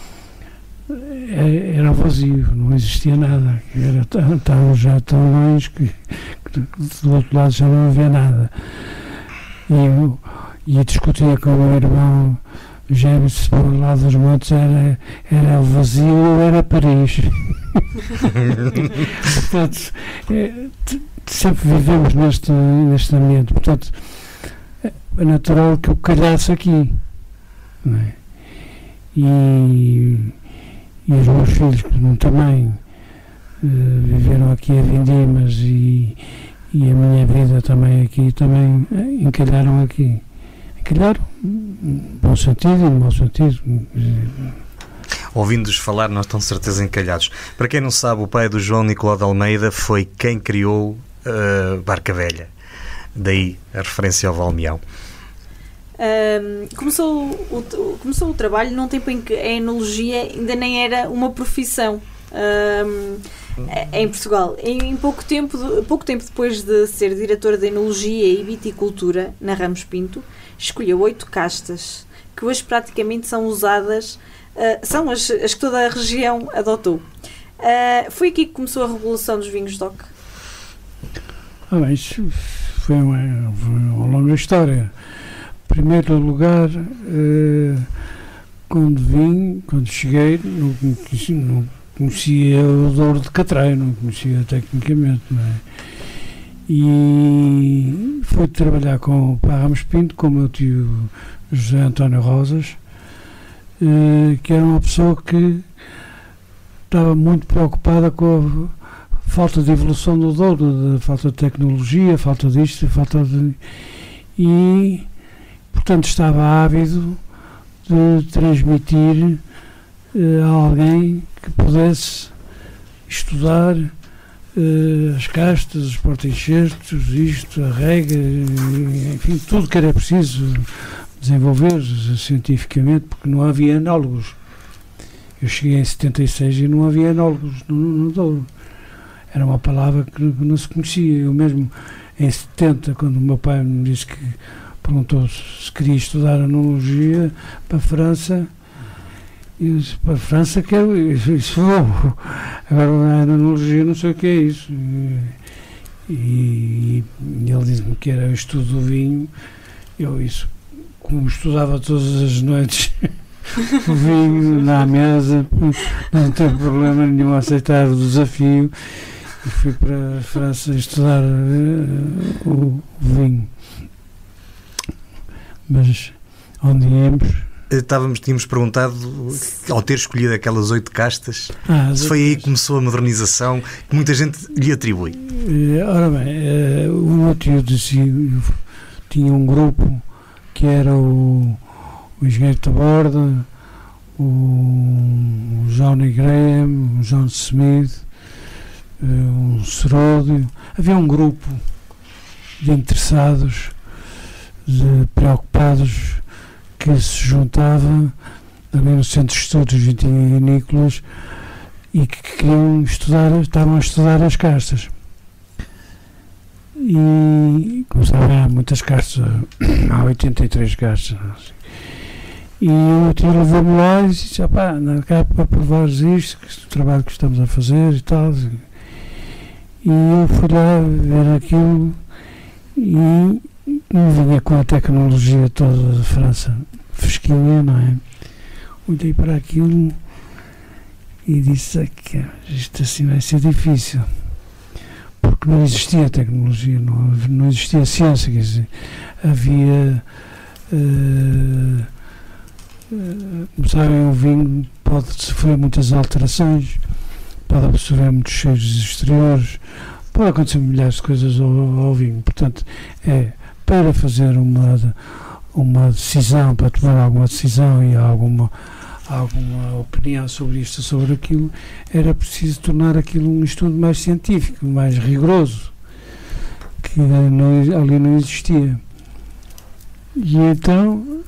era vazio, não existia nada. Estávamos já tão longe que do outro lado já não havia nada. E eu discutia com o meu irmão gêmeo se para o lado dos montes era vazio ou era Paris. Portanto, sempre vivemos neste ambiente. Portanto, é natural que eu calhasse aqui. Não é? E os meus filhos, que também viveram aqui a vindimas e a minha vida também aqui, também encalharam aqui. Encalharam, no bom sentido e no mau sentido. Ouvindo-os falar, nós estamos de certeza encalhados. Para quem não sabe, o pai do João Nicolau de Almeida foi quem criou Barcabelha. Daí a referência ao Valmeão. Começou o trabalho num tempo em que a enologia ainda nem era uma profissão em Portugal. Pouco tempo depois de ser diretor de enologia e viticultura na Ramos Pinto, escolheu 8 castas que hoje praticamente são usadas, são as que toda a região adotou. Foi aqui que começou a revolução dos vinhos DOC? Isso foi uma longa história. Em primeiro lugar, quando cheguei, não conhecia o Douro de Catraio, não conhecia tecnicamente, não é? E fui trabalhar com o pai Ramos Pinto, com o meu tio José António Rosas, que era uma pessoa que estava muito preocupada com a falta de evolução do Douro, a falta de tecnologia, a falta disto, a falta de... E, portanto, estava ávido de transmitir a alguém que pudesse estudar as castas, os porta-enxertos, isto, a rega, enfim, tudo que era preciso desenvolver cientificamente, porque não havia enólogos. Eu cheguei em 76 e não havia enólogos no Douro. Era uma palavra que não se conhecia. Eu mesmo, em 70, quando o meu pai me disse que perguntou se queria estudar enologia para a França, eu disse, para a França quero isso. Agora a enologia não sei o que é isso. E ele disse-me que era o estudo do vinho. Eu isso, como estudava todas as noites o vinho na mesa, não teve problema nenhum a aceitar o desafio. e fui para a França estudar o vinho. Mas onde íamos... Tínhamos perguntado, ao ter escolhido aquelas 8 castas, se foi aí que começou a modernização que muita gente lhe atribui. Ora bem, o meu tio tinha um grupo que era o Engenheiro Taborda, o Johnny Graham, o John Smith, um Seródio. Havia um grupo de interessados, de preocupados, que se juntava ali no Centro de Estudos Vitivinícolas e que queriam estavam a estudar as castas. E começaram a muitas castas, há 83 castas. E o tio levou-me lá e disse: anda cá para provares isto, o trabalho que estamos a fazer e tal. E eu fui lá ver aquilo e vinha com a tecnologia toda da França, fresquinha, não é? Olhei para aquilo e disse que isto assim vai ser difícil, porque não existia tecnologia, não existia ciência, quer dizer, havia... sabem, o vinho pode sofrer muitas alterações, pode absorver muitos cheiros exteriores, pode acontecer milhares de coisas ao vinho. Portanto, para fazer uma decisão, para tomar alguma decisão e alguma opinião sobre isto, sobre aquilo, era preciso tornar aquilo um estudo mais científico, mais rigoroso, que ali não existia. E então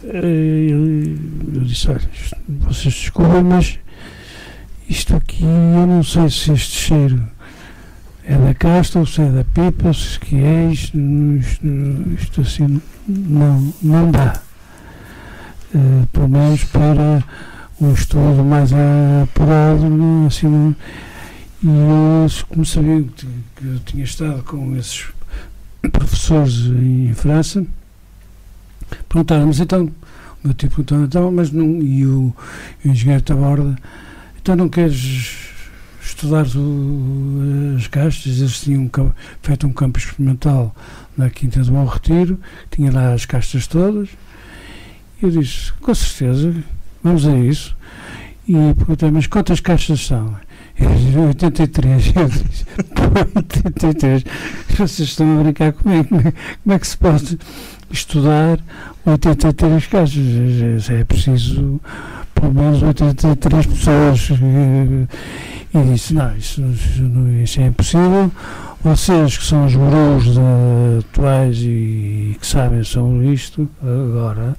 eu disse: olha, vocês desculpem, mas isto aqui, eu não sei se este cheiro é da casta ou se é da pipa, se que é isto assim não dá. Pelo menos para um estudo mais apurado, assim, e eles, como sabiam que eu tinha estado com esses professores em França, perguntaram: mas então, o meu tipo perguntou, então, mas não, e o engenheiro Taborda, então não queres estudar as castas? Eles tinham feito um campo experimental na Quinta do Bom Retiro, tinha lá as castas todas. Eu disse: com certeza, vamos a isso. E perguntei: mas quantas castas são? Eu disse: 83. Eu disse: 83? Vocês estão a brincar comigo? Como é que se pode estudar 83 castas? É preciso pelo menos 83 pessoas. E disse: não, isso é impossível. Vocês que são os gurus atuais e que sabem sobre isto, agora,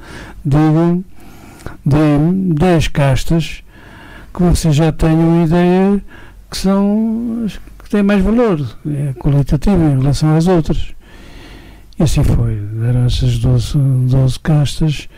deem-me 10 castas que vocês já tenham ideia que são as que têm mais valor qualitativo em relação às outras. E assim foi. Deram essas 12 castas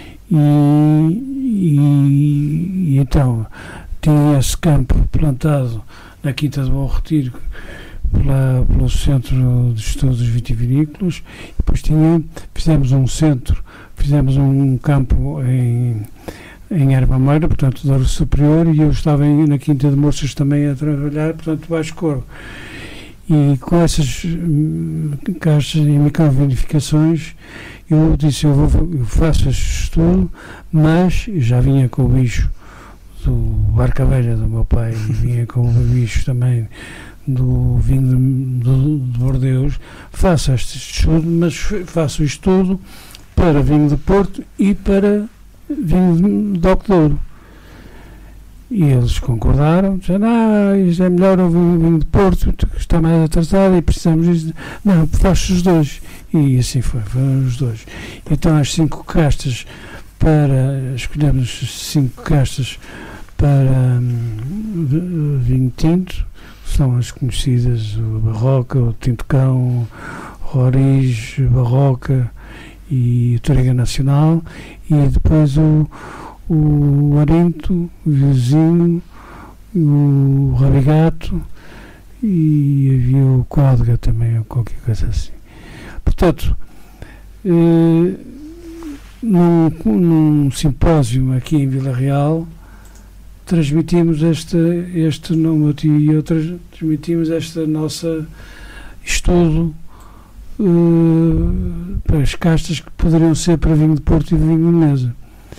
e então tinha esse campo plantado na Quinta do Bom Retiro, pelo Centro de Estudos Vitivinícolas. Depois fizemos um campo em Ervameira, portanto, Douro Superior, e eu estava na Quinta de Moças também a trabalhar, portanto, Baixo Coro. E com essas castas e microvinificações, eu disse: eu faço este estudo, mas já vinha com o bicho do Barca Velha do meu pai, e vinha com o bicho também do vinho de Bordeus. Faço este estudo, mas faço o estudo para vinho de Porto e para vinho de Douro. E eles concordaram, disseram: isto é melhor o vinho de Porto, está mais atrasado e precisamos disso. Não, faço os dois. E assim foram os dois. Então as 5 castas escolhemos 5 castas para vinho tinto, são as conhecidas: o Barroca, o Tinto Cão, o Roriz, Barroca e o Toriga Nacional, e depois o Arinto, o Vizinho, o Rabigato, e havia o Códega também, ou qualquer coisa assim. Portanto, num simpósio aqui em Vila Real, transmitimos este não, meu tio e eu transmitimos este nosso estudo para as castas que poderiam ser para vinho de Porto e de vinho de Mesa.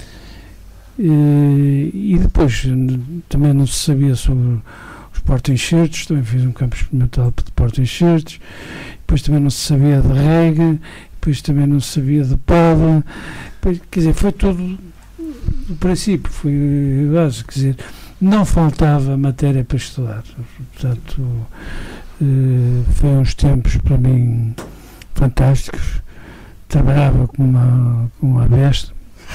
E depois também não se sabia sobre os porta-enxertos, também fiz um campo experimental de porta-enxertos, depois também não se sabia de rega, depois também não se sabia de poda, quer dizer, foi tudo do princípio, foi básico, quer dizer, não faltava matéria para estudar, portanto, foi uns tempos para mim fantásticos, trabalhava com uma besta,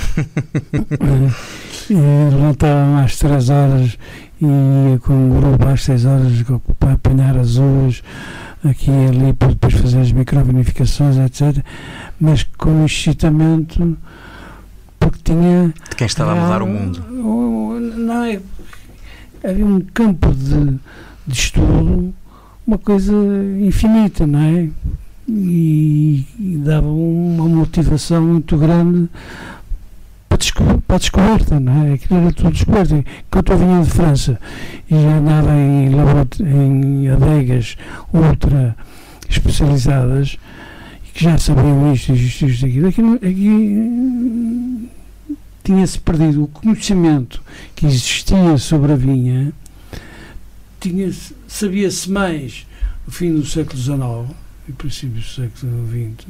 levantava-me às 3 horas e ia com um grupo às 6 horas para apanhar as uvas aqui e ali para depois fazer as microvinificações, etc. Mas com excitamento, porque tinha... De quem estava a mudar o mundo. Não é... Havia um campo de estudo, uma coisa infinita, não é? E dava uma motivação muito grande para a descoberta, não é? Aquilo era tudo descoberta. Quando eu vinha de França e já andava em adegas ultra especializadas e que já sabiam isto, aqui tinha-se perdido o conhecimento que existia sobre a vinha, sabia-se mais no fim do século XIX e princípio do século XX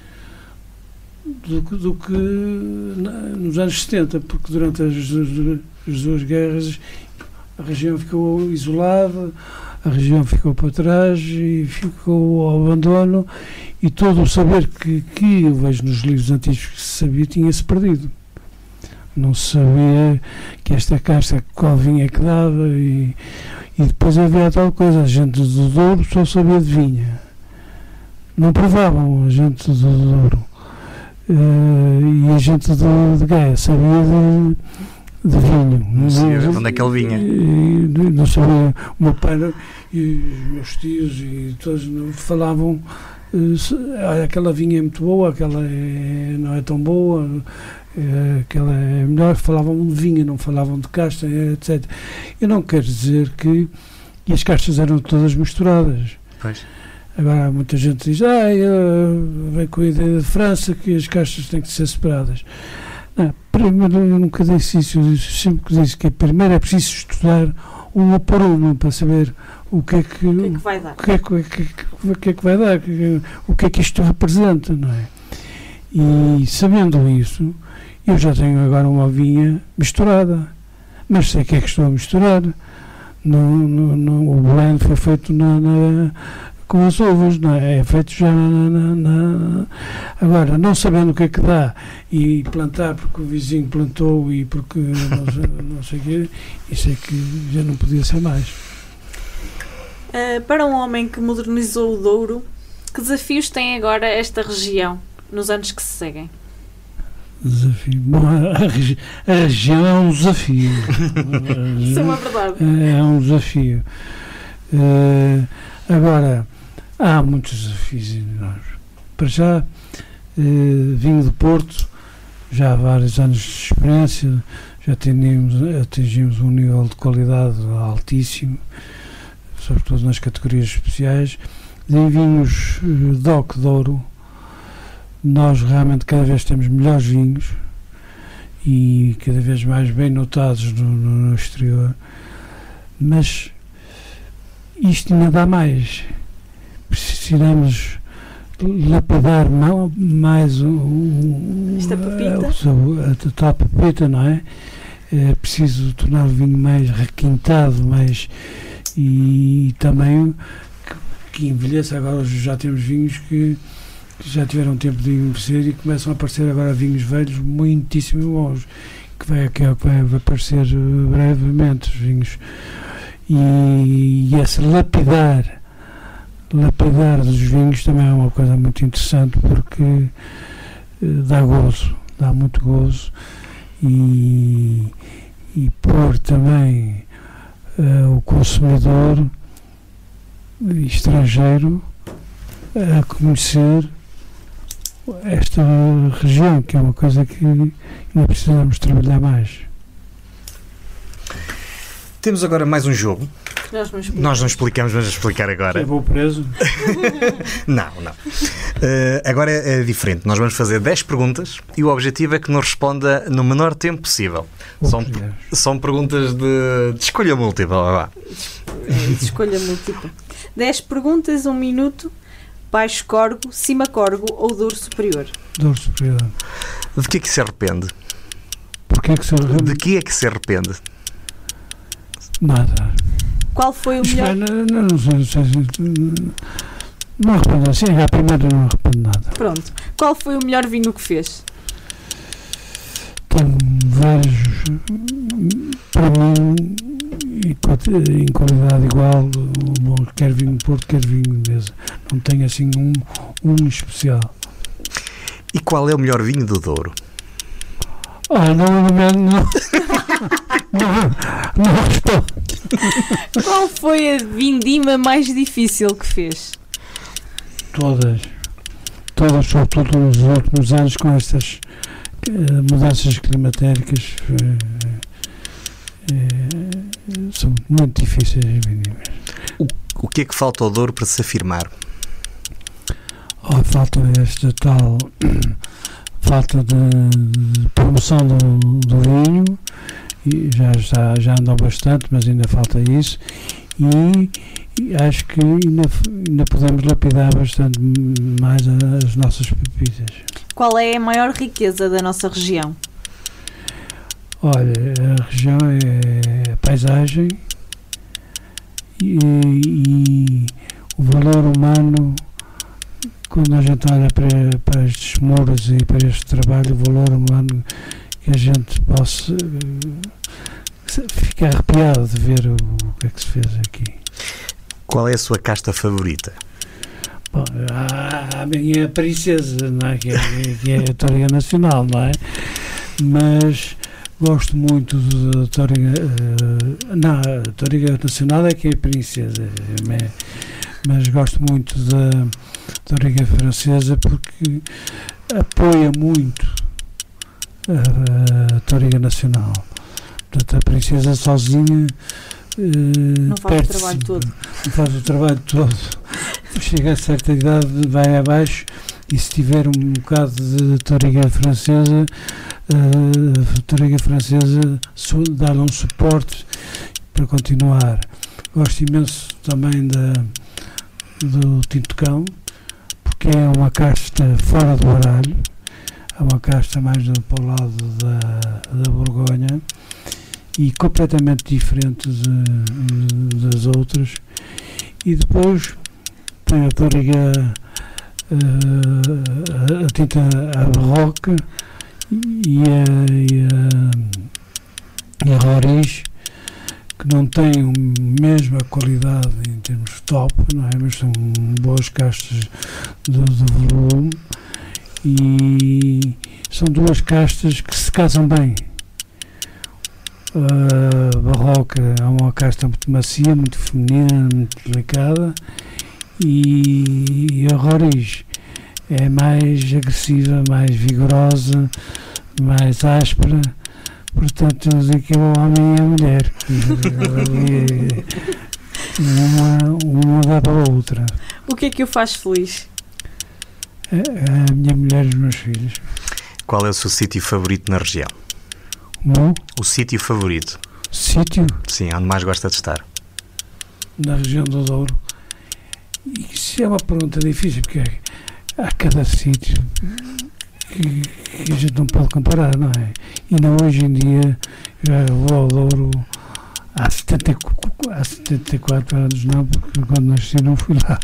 do que nos anos 70, porque durante as duas guerras a região ficou isolada, a região ficou para trás e ficou ao abandono, e todo o saber que eu vejo nos livros antigos que se sabia tinha-se perdido. Não se sabia que esta casta qual vinha que dava, e depois havia tal coisa, a gente do Douro só sabia de vinha, não provavam a gente do Douro. E a gente de Gaia sabia de vinho. Não sabia de onde é que ele vinha. Não sabia. O meu pai e os meus tios e todos falavam: aquela vinha é muito boa, aquela não é tão boa, aquela é melhor. Falavam de vinho, não falavam de casta, etc. Eu não quero dizer que as castas eram todas misturadas. Pois. Agora muita gente diz, vem com a ideia de França que as castas têm que ser separadas. Não, primeiro, eu nunca disse isso, eu sempre disse que primeiro é preciso estudar uma por uma para saber o que é que vai dar, o que é que vai dar, o que é que isto representa, não é? E sabendo isso, eu já tenho agora uma vinha misturada, mas sei o que é que estou a misturar. O blend foi feito com as uvas, não é? É feito já agora, não sabendo o que é que dá e plantar porque o vizinho plantou e porque não sei o quê, isso é que já não podia ser mais. Para um homem que modernizou o Douro, que desafios tem agora esta região nos anos que se seguem? Desafio. Bom, a região é um desafio. Isso é uma verdade. É um desafio. Agora, há muitos desafios enormes. Para já, vinho de Porto, já há vários anos de experiência, já atingimos um nível de qualidade altíssimo, sobretudo nas categorias especiais. Em vinhos DOC Douro, nós realmente cada vez temos melhores vinhos e cada vez mais bem notados no exterior, mas isto ainda dá mais. Precisamos lapidar mais a tal pepita, não é? É preciso tornar o vinho mais requintado, e também que envelheça. Agora já temos vinhos que já tiveram tempo de envelhecer e começam a aparecer agora vinhos velhos muitíssimo bons, que vai aparecer brevemente os vinhos. E esse lapidar dos vinhos também é uma coisa muito interessante, porque dá gozo, dá muito gozo, e pôr também o consumidor estrangeiro a conhecer esta região, que é uma coisa que ainda precisamos trabalhar mais. Temos agora mais um jogo. Nós não explicamos, vamos explicar agora. Eu vou preso. Não. Agora é diferente. Nós vamos fazer 10 perguntas e o objetivo é que nos responda no menor tempo possível. São perguntas de escolha múltipla. Vá. De escolha múltipla. 10 perguntas, 1 minuto. Baixo corgo, cima corgo ou dor superior? Dor superior. De que é que se arrepende? Porquê é que se arrepende? De que é que se arrepende? Nada. Qual foi o melhor... Não sei. Não arrependo assim. A primeira não arrependo nada. Pronto. Qual foi o melhor vinho que fez? Tenho vários, para mim, em qualidade igual, quer vinho de Porto, quer vinho de mesa. Não tenho assim um especial. E qual é o melhor vinho do Douro? Não respondo. Qual foi a vindima mais difícil que fez? Todas, sobretudo nos últimos anos, com estas mudanças climatéricas, são muito difíceis as vindimas. O que é que falta ao Douro para se afirmar? Falta esta tal falta de promoção do vinho, e já andou bastante, mas ainda falta isso, e acho que ainda podemos lapidar bastante mais as nossas pepitas. Qual é a maior riqueza da nossa região? Olha, a região é a paisagem e o valor humano. Quando a gente olha para estes muros e para este trabalho, o valor humano, que a gente possa ficar arrepiado de ver o que é que se fez aqui. Qual é a sua casta favorita? Bom, a minha é a princesa, não é? Que é a Toriga Nacional, não é? Mas gosto muito da Toriga... não, a Toriga Nacional é que é a princesa, mas gosto muito da Toriga Francesa porque apoia muito a Toriga Nacional. Portanto, a princesa sozinha não faz o trabalho todo. Não faz o trabalho todo. Chega a certa idade, vai abaixo, e se tiver um bocado de Toriga Francesa, a Toriga Francesa dá-lhe um suporte para continuar. Gosto imenso também do Tinto Cão, porque é uma casta fora do baralho, é uma casta mais para o lado da Borgonha e completamente diferente das outras. E depois tem a Toriga, a tinta à barroca e a Roriz, que não têm a mesma qualidade em termos de top, não é? Mas são boas castas de volume, e são duas castas que se casam bem. A barroca é uma casta muito macia, muito feminina, muito delicada, e a Roriz é mais agressiva, mais vigorosa, mais áspera. Portanto, eu digo que é o homem e a mulher. Uma dá para a outra. O que é que o faz feliz? A minha mulher e os meus filhos. Qual é o seu sítio favorito na região? O sítio favorito? Sítio? Sim, onde mais gosta de estar? Na região do Douro. Isso é uma pergunta difícil, porque há cada sítio que a gente não pode comparar, não é? E não, hoje em dia, já vou ao Douro há 74 anos, não, porque quando nasci não fui lá.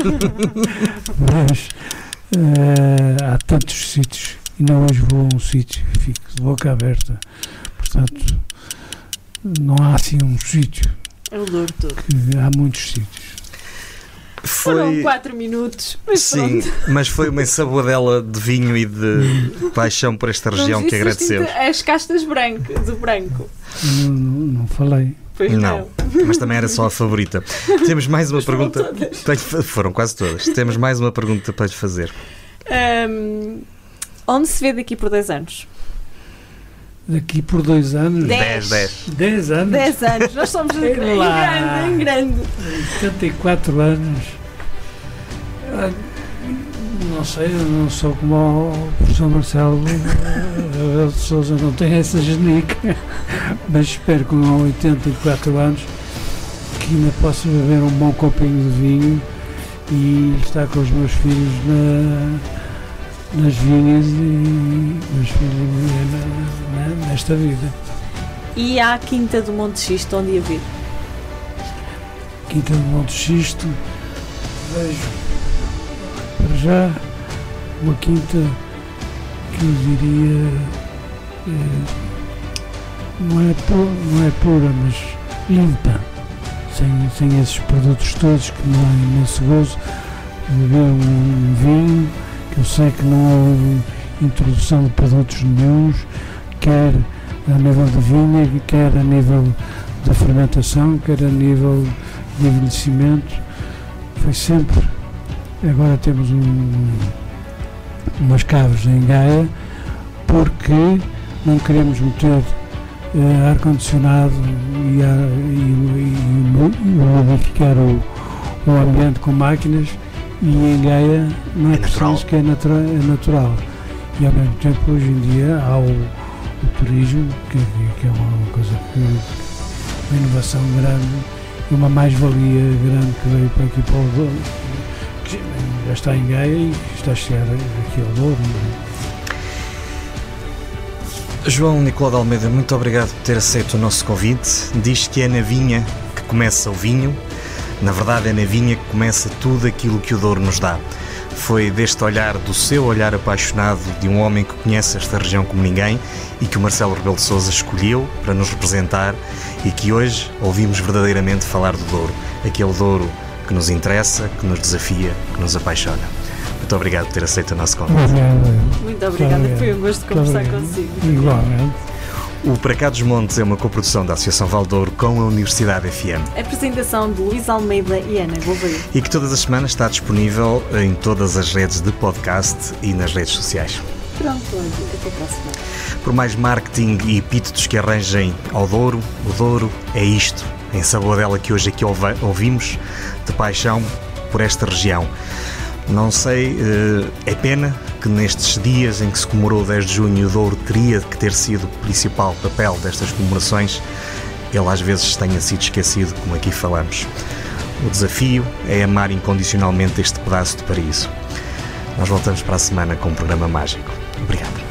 Mas há tantos sítios, e não hoje vou a um sítio e fico de boca aberta. Portanto, não há assim um sítio. É o Douro todo. Há muitos sítios. Foram 4 minutos. Mas sim, pronto. Mas foi uma ensaboadela de vinho e de paixão por esta região que agradecemos. As castas do branco. Não falei. Pois não. Mas também era só a favorita. Temos mais uma pergunta. Foram quase todas. Temos mais uma pergunta para lhe fazer. Onde se vê daqui por 10 anos? daqui por 2 anos. 10 anos. 10 anos, nós somos em grande. 84 anos. Não sei, eu não sou como o professor Marcelo Rebelo de Sousa, não tenho essa genica, mas espero que com 84 anos que ainda possa beber um bom copinho de vinho e estar com os meus filhos nas vinhas e meus filhos nesta vida. E há a Quinta do Monte Xisto, onde ia vir? Quinta do Monte Xisto, vejo para já uma quinta que eu diria não é pura, mas limpa, sem esses produtos todos, que me dá imenso gozo de beber um vinho que eu sei que não houve introdução de produtos nenhuns, quer a nível de vinha, quer a nível da fermentação, quer a nível de envelhecimento. Foi sempre. Agora temos umas caves em Gaia, porque não queremos meter ar-condicionado e modificar o ambiente com máquinas, e em Gaia não é preciso, que é natural. E ao mesmo tempo, hoje em dia, há o turismo, que é uma coisa uma inovação grande e uma mais-valia grande que veio para aqui para o Douro, que já está em Gaia e está a chegar aqui ao Douro. João Nicolau de Almeida, muito obrigado por ter aceito o nosso convite. Diz que é na vinha que começa o vinho. Na verdade, é na vinha que começa tudo aquilo que o Douro nos dá. Foi deste olhar, do seu olhar apaixonado, de um homem que conhece esta região como ninguém e que o Marcelo Rebelo de Sousa escolheu para nos representar, e que hoje ouvimos verdadeiramente falar do Douro. Aquele Douro que nos interessa, que nos desafia, que nos apaixona. Muito obrigado por ter aceito o nosso convite. Muito obrigada, foi um gosto conversar consigo. Igualmente. O Para Cá dos Montes é uma coprodução da Associação Valdouro com a Universidade FM. Apresentação de Luís Almeida e Ana Gouveia. E que todas as semanas está disponível em todas as redes de podcast e nas redes sociais. Pronto, até a próxima. Por mais marketing e epítetos que arranjem ao Douro, o Douro é isto, em Sabodela, que hoje aqui ouvimos, de paixão por esta região. Não sei, é pena que nestes dias em que se comemorou o 10 de junho o Douro teria que ter sido o principal papel destas comemorações, ele às vezes tenha sido esquecido, como aqui falamos. O desafio é amar incondicionalmente este pedaço de paraíso. Nós voltamos para a semana com um programa mágico. Obrigado.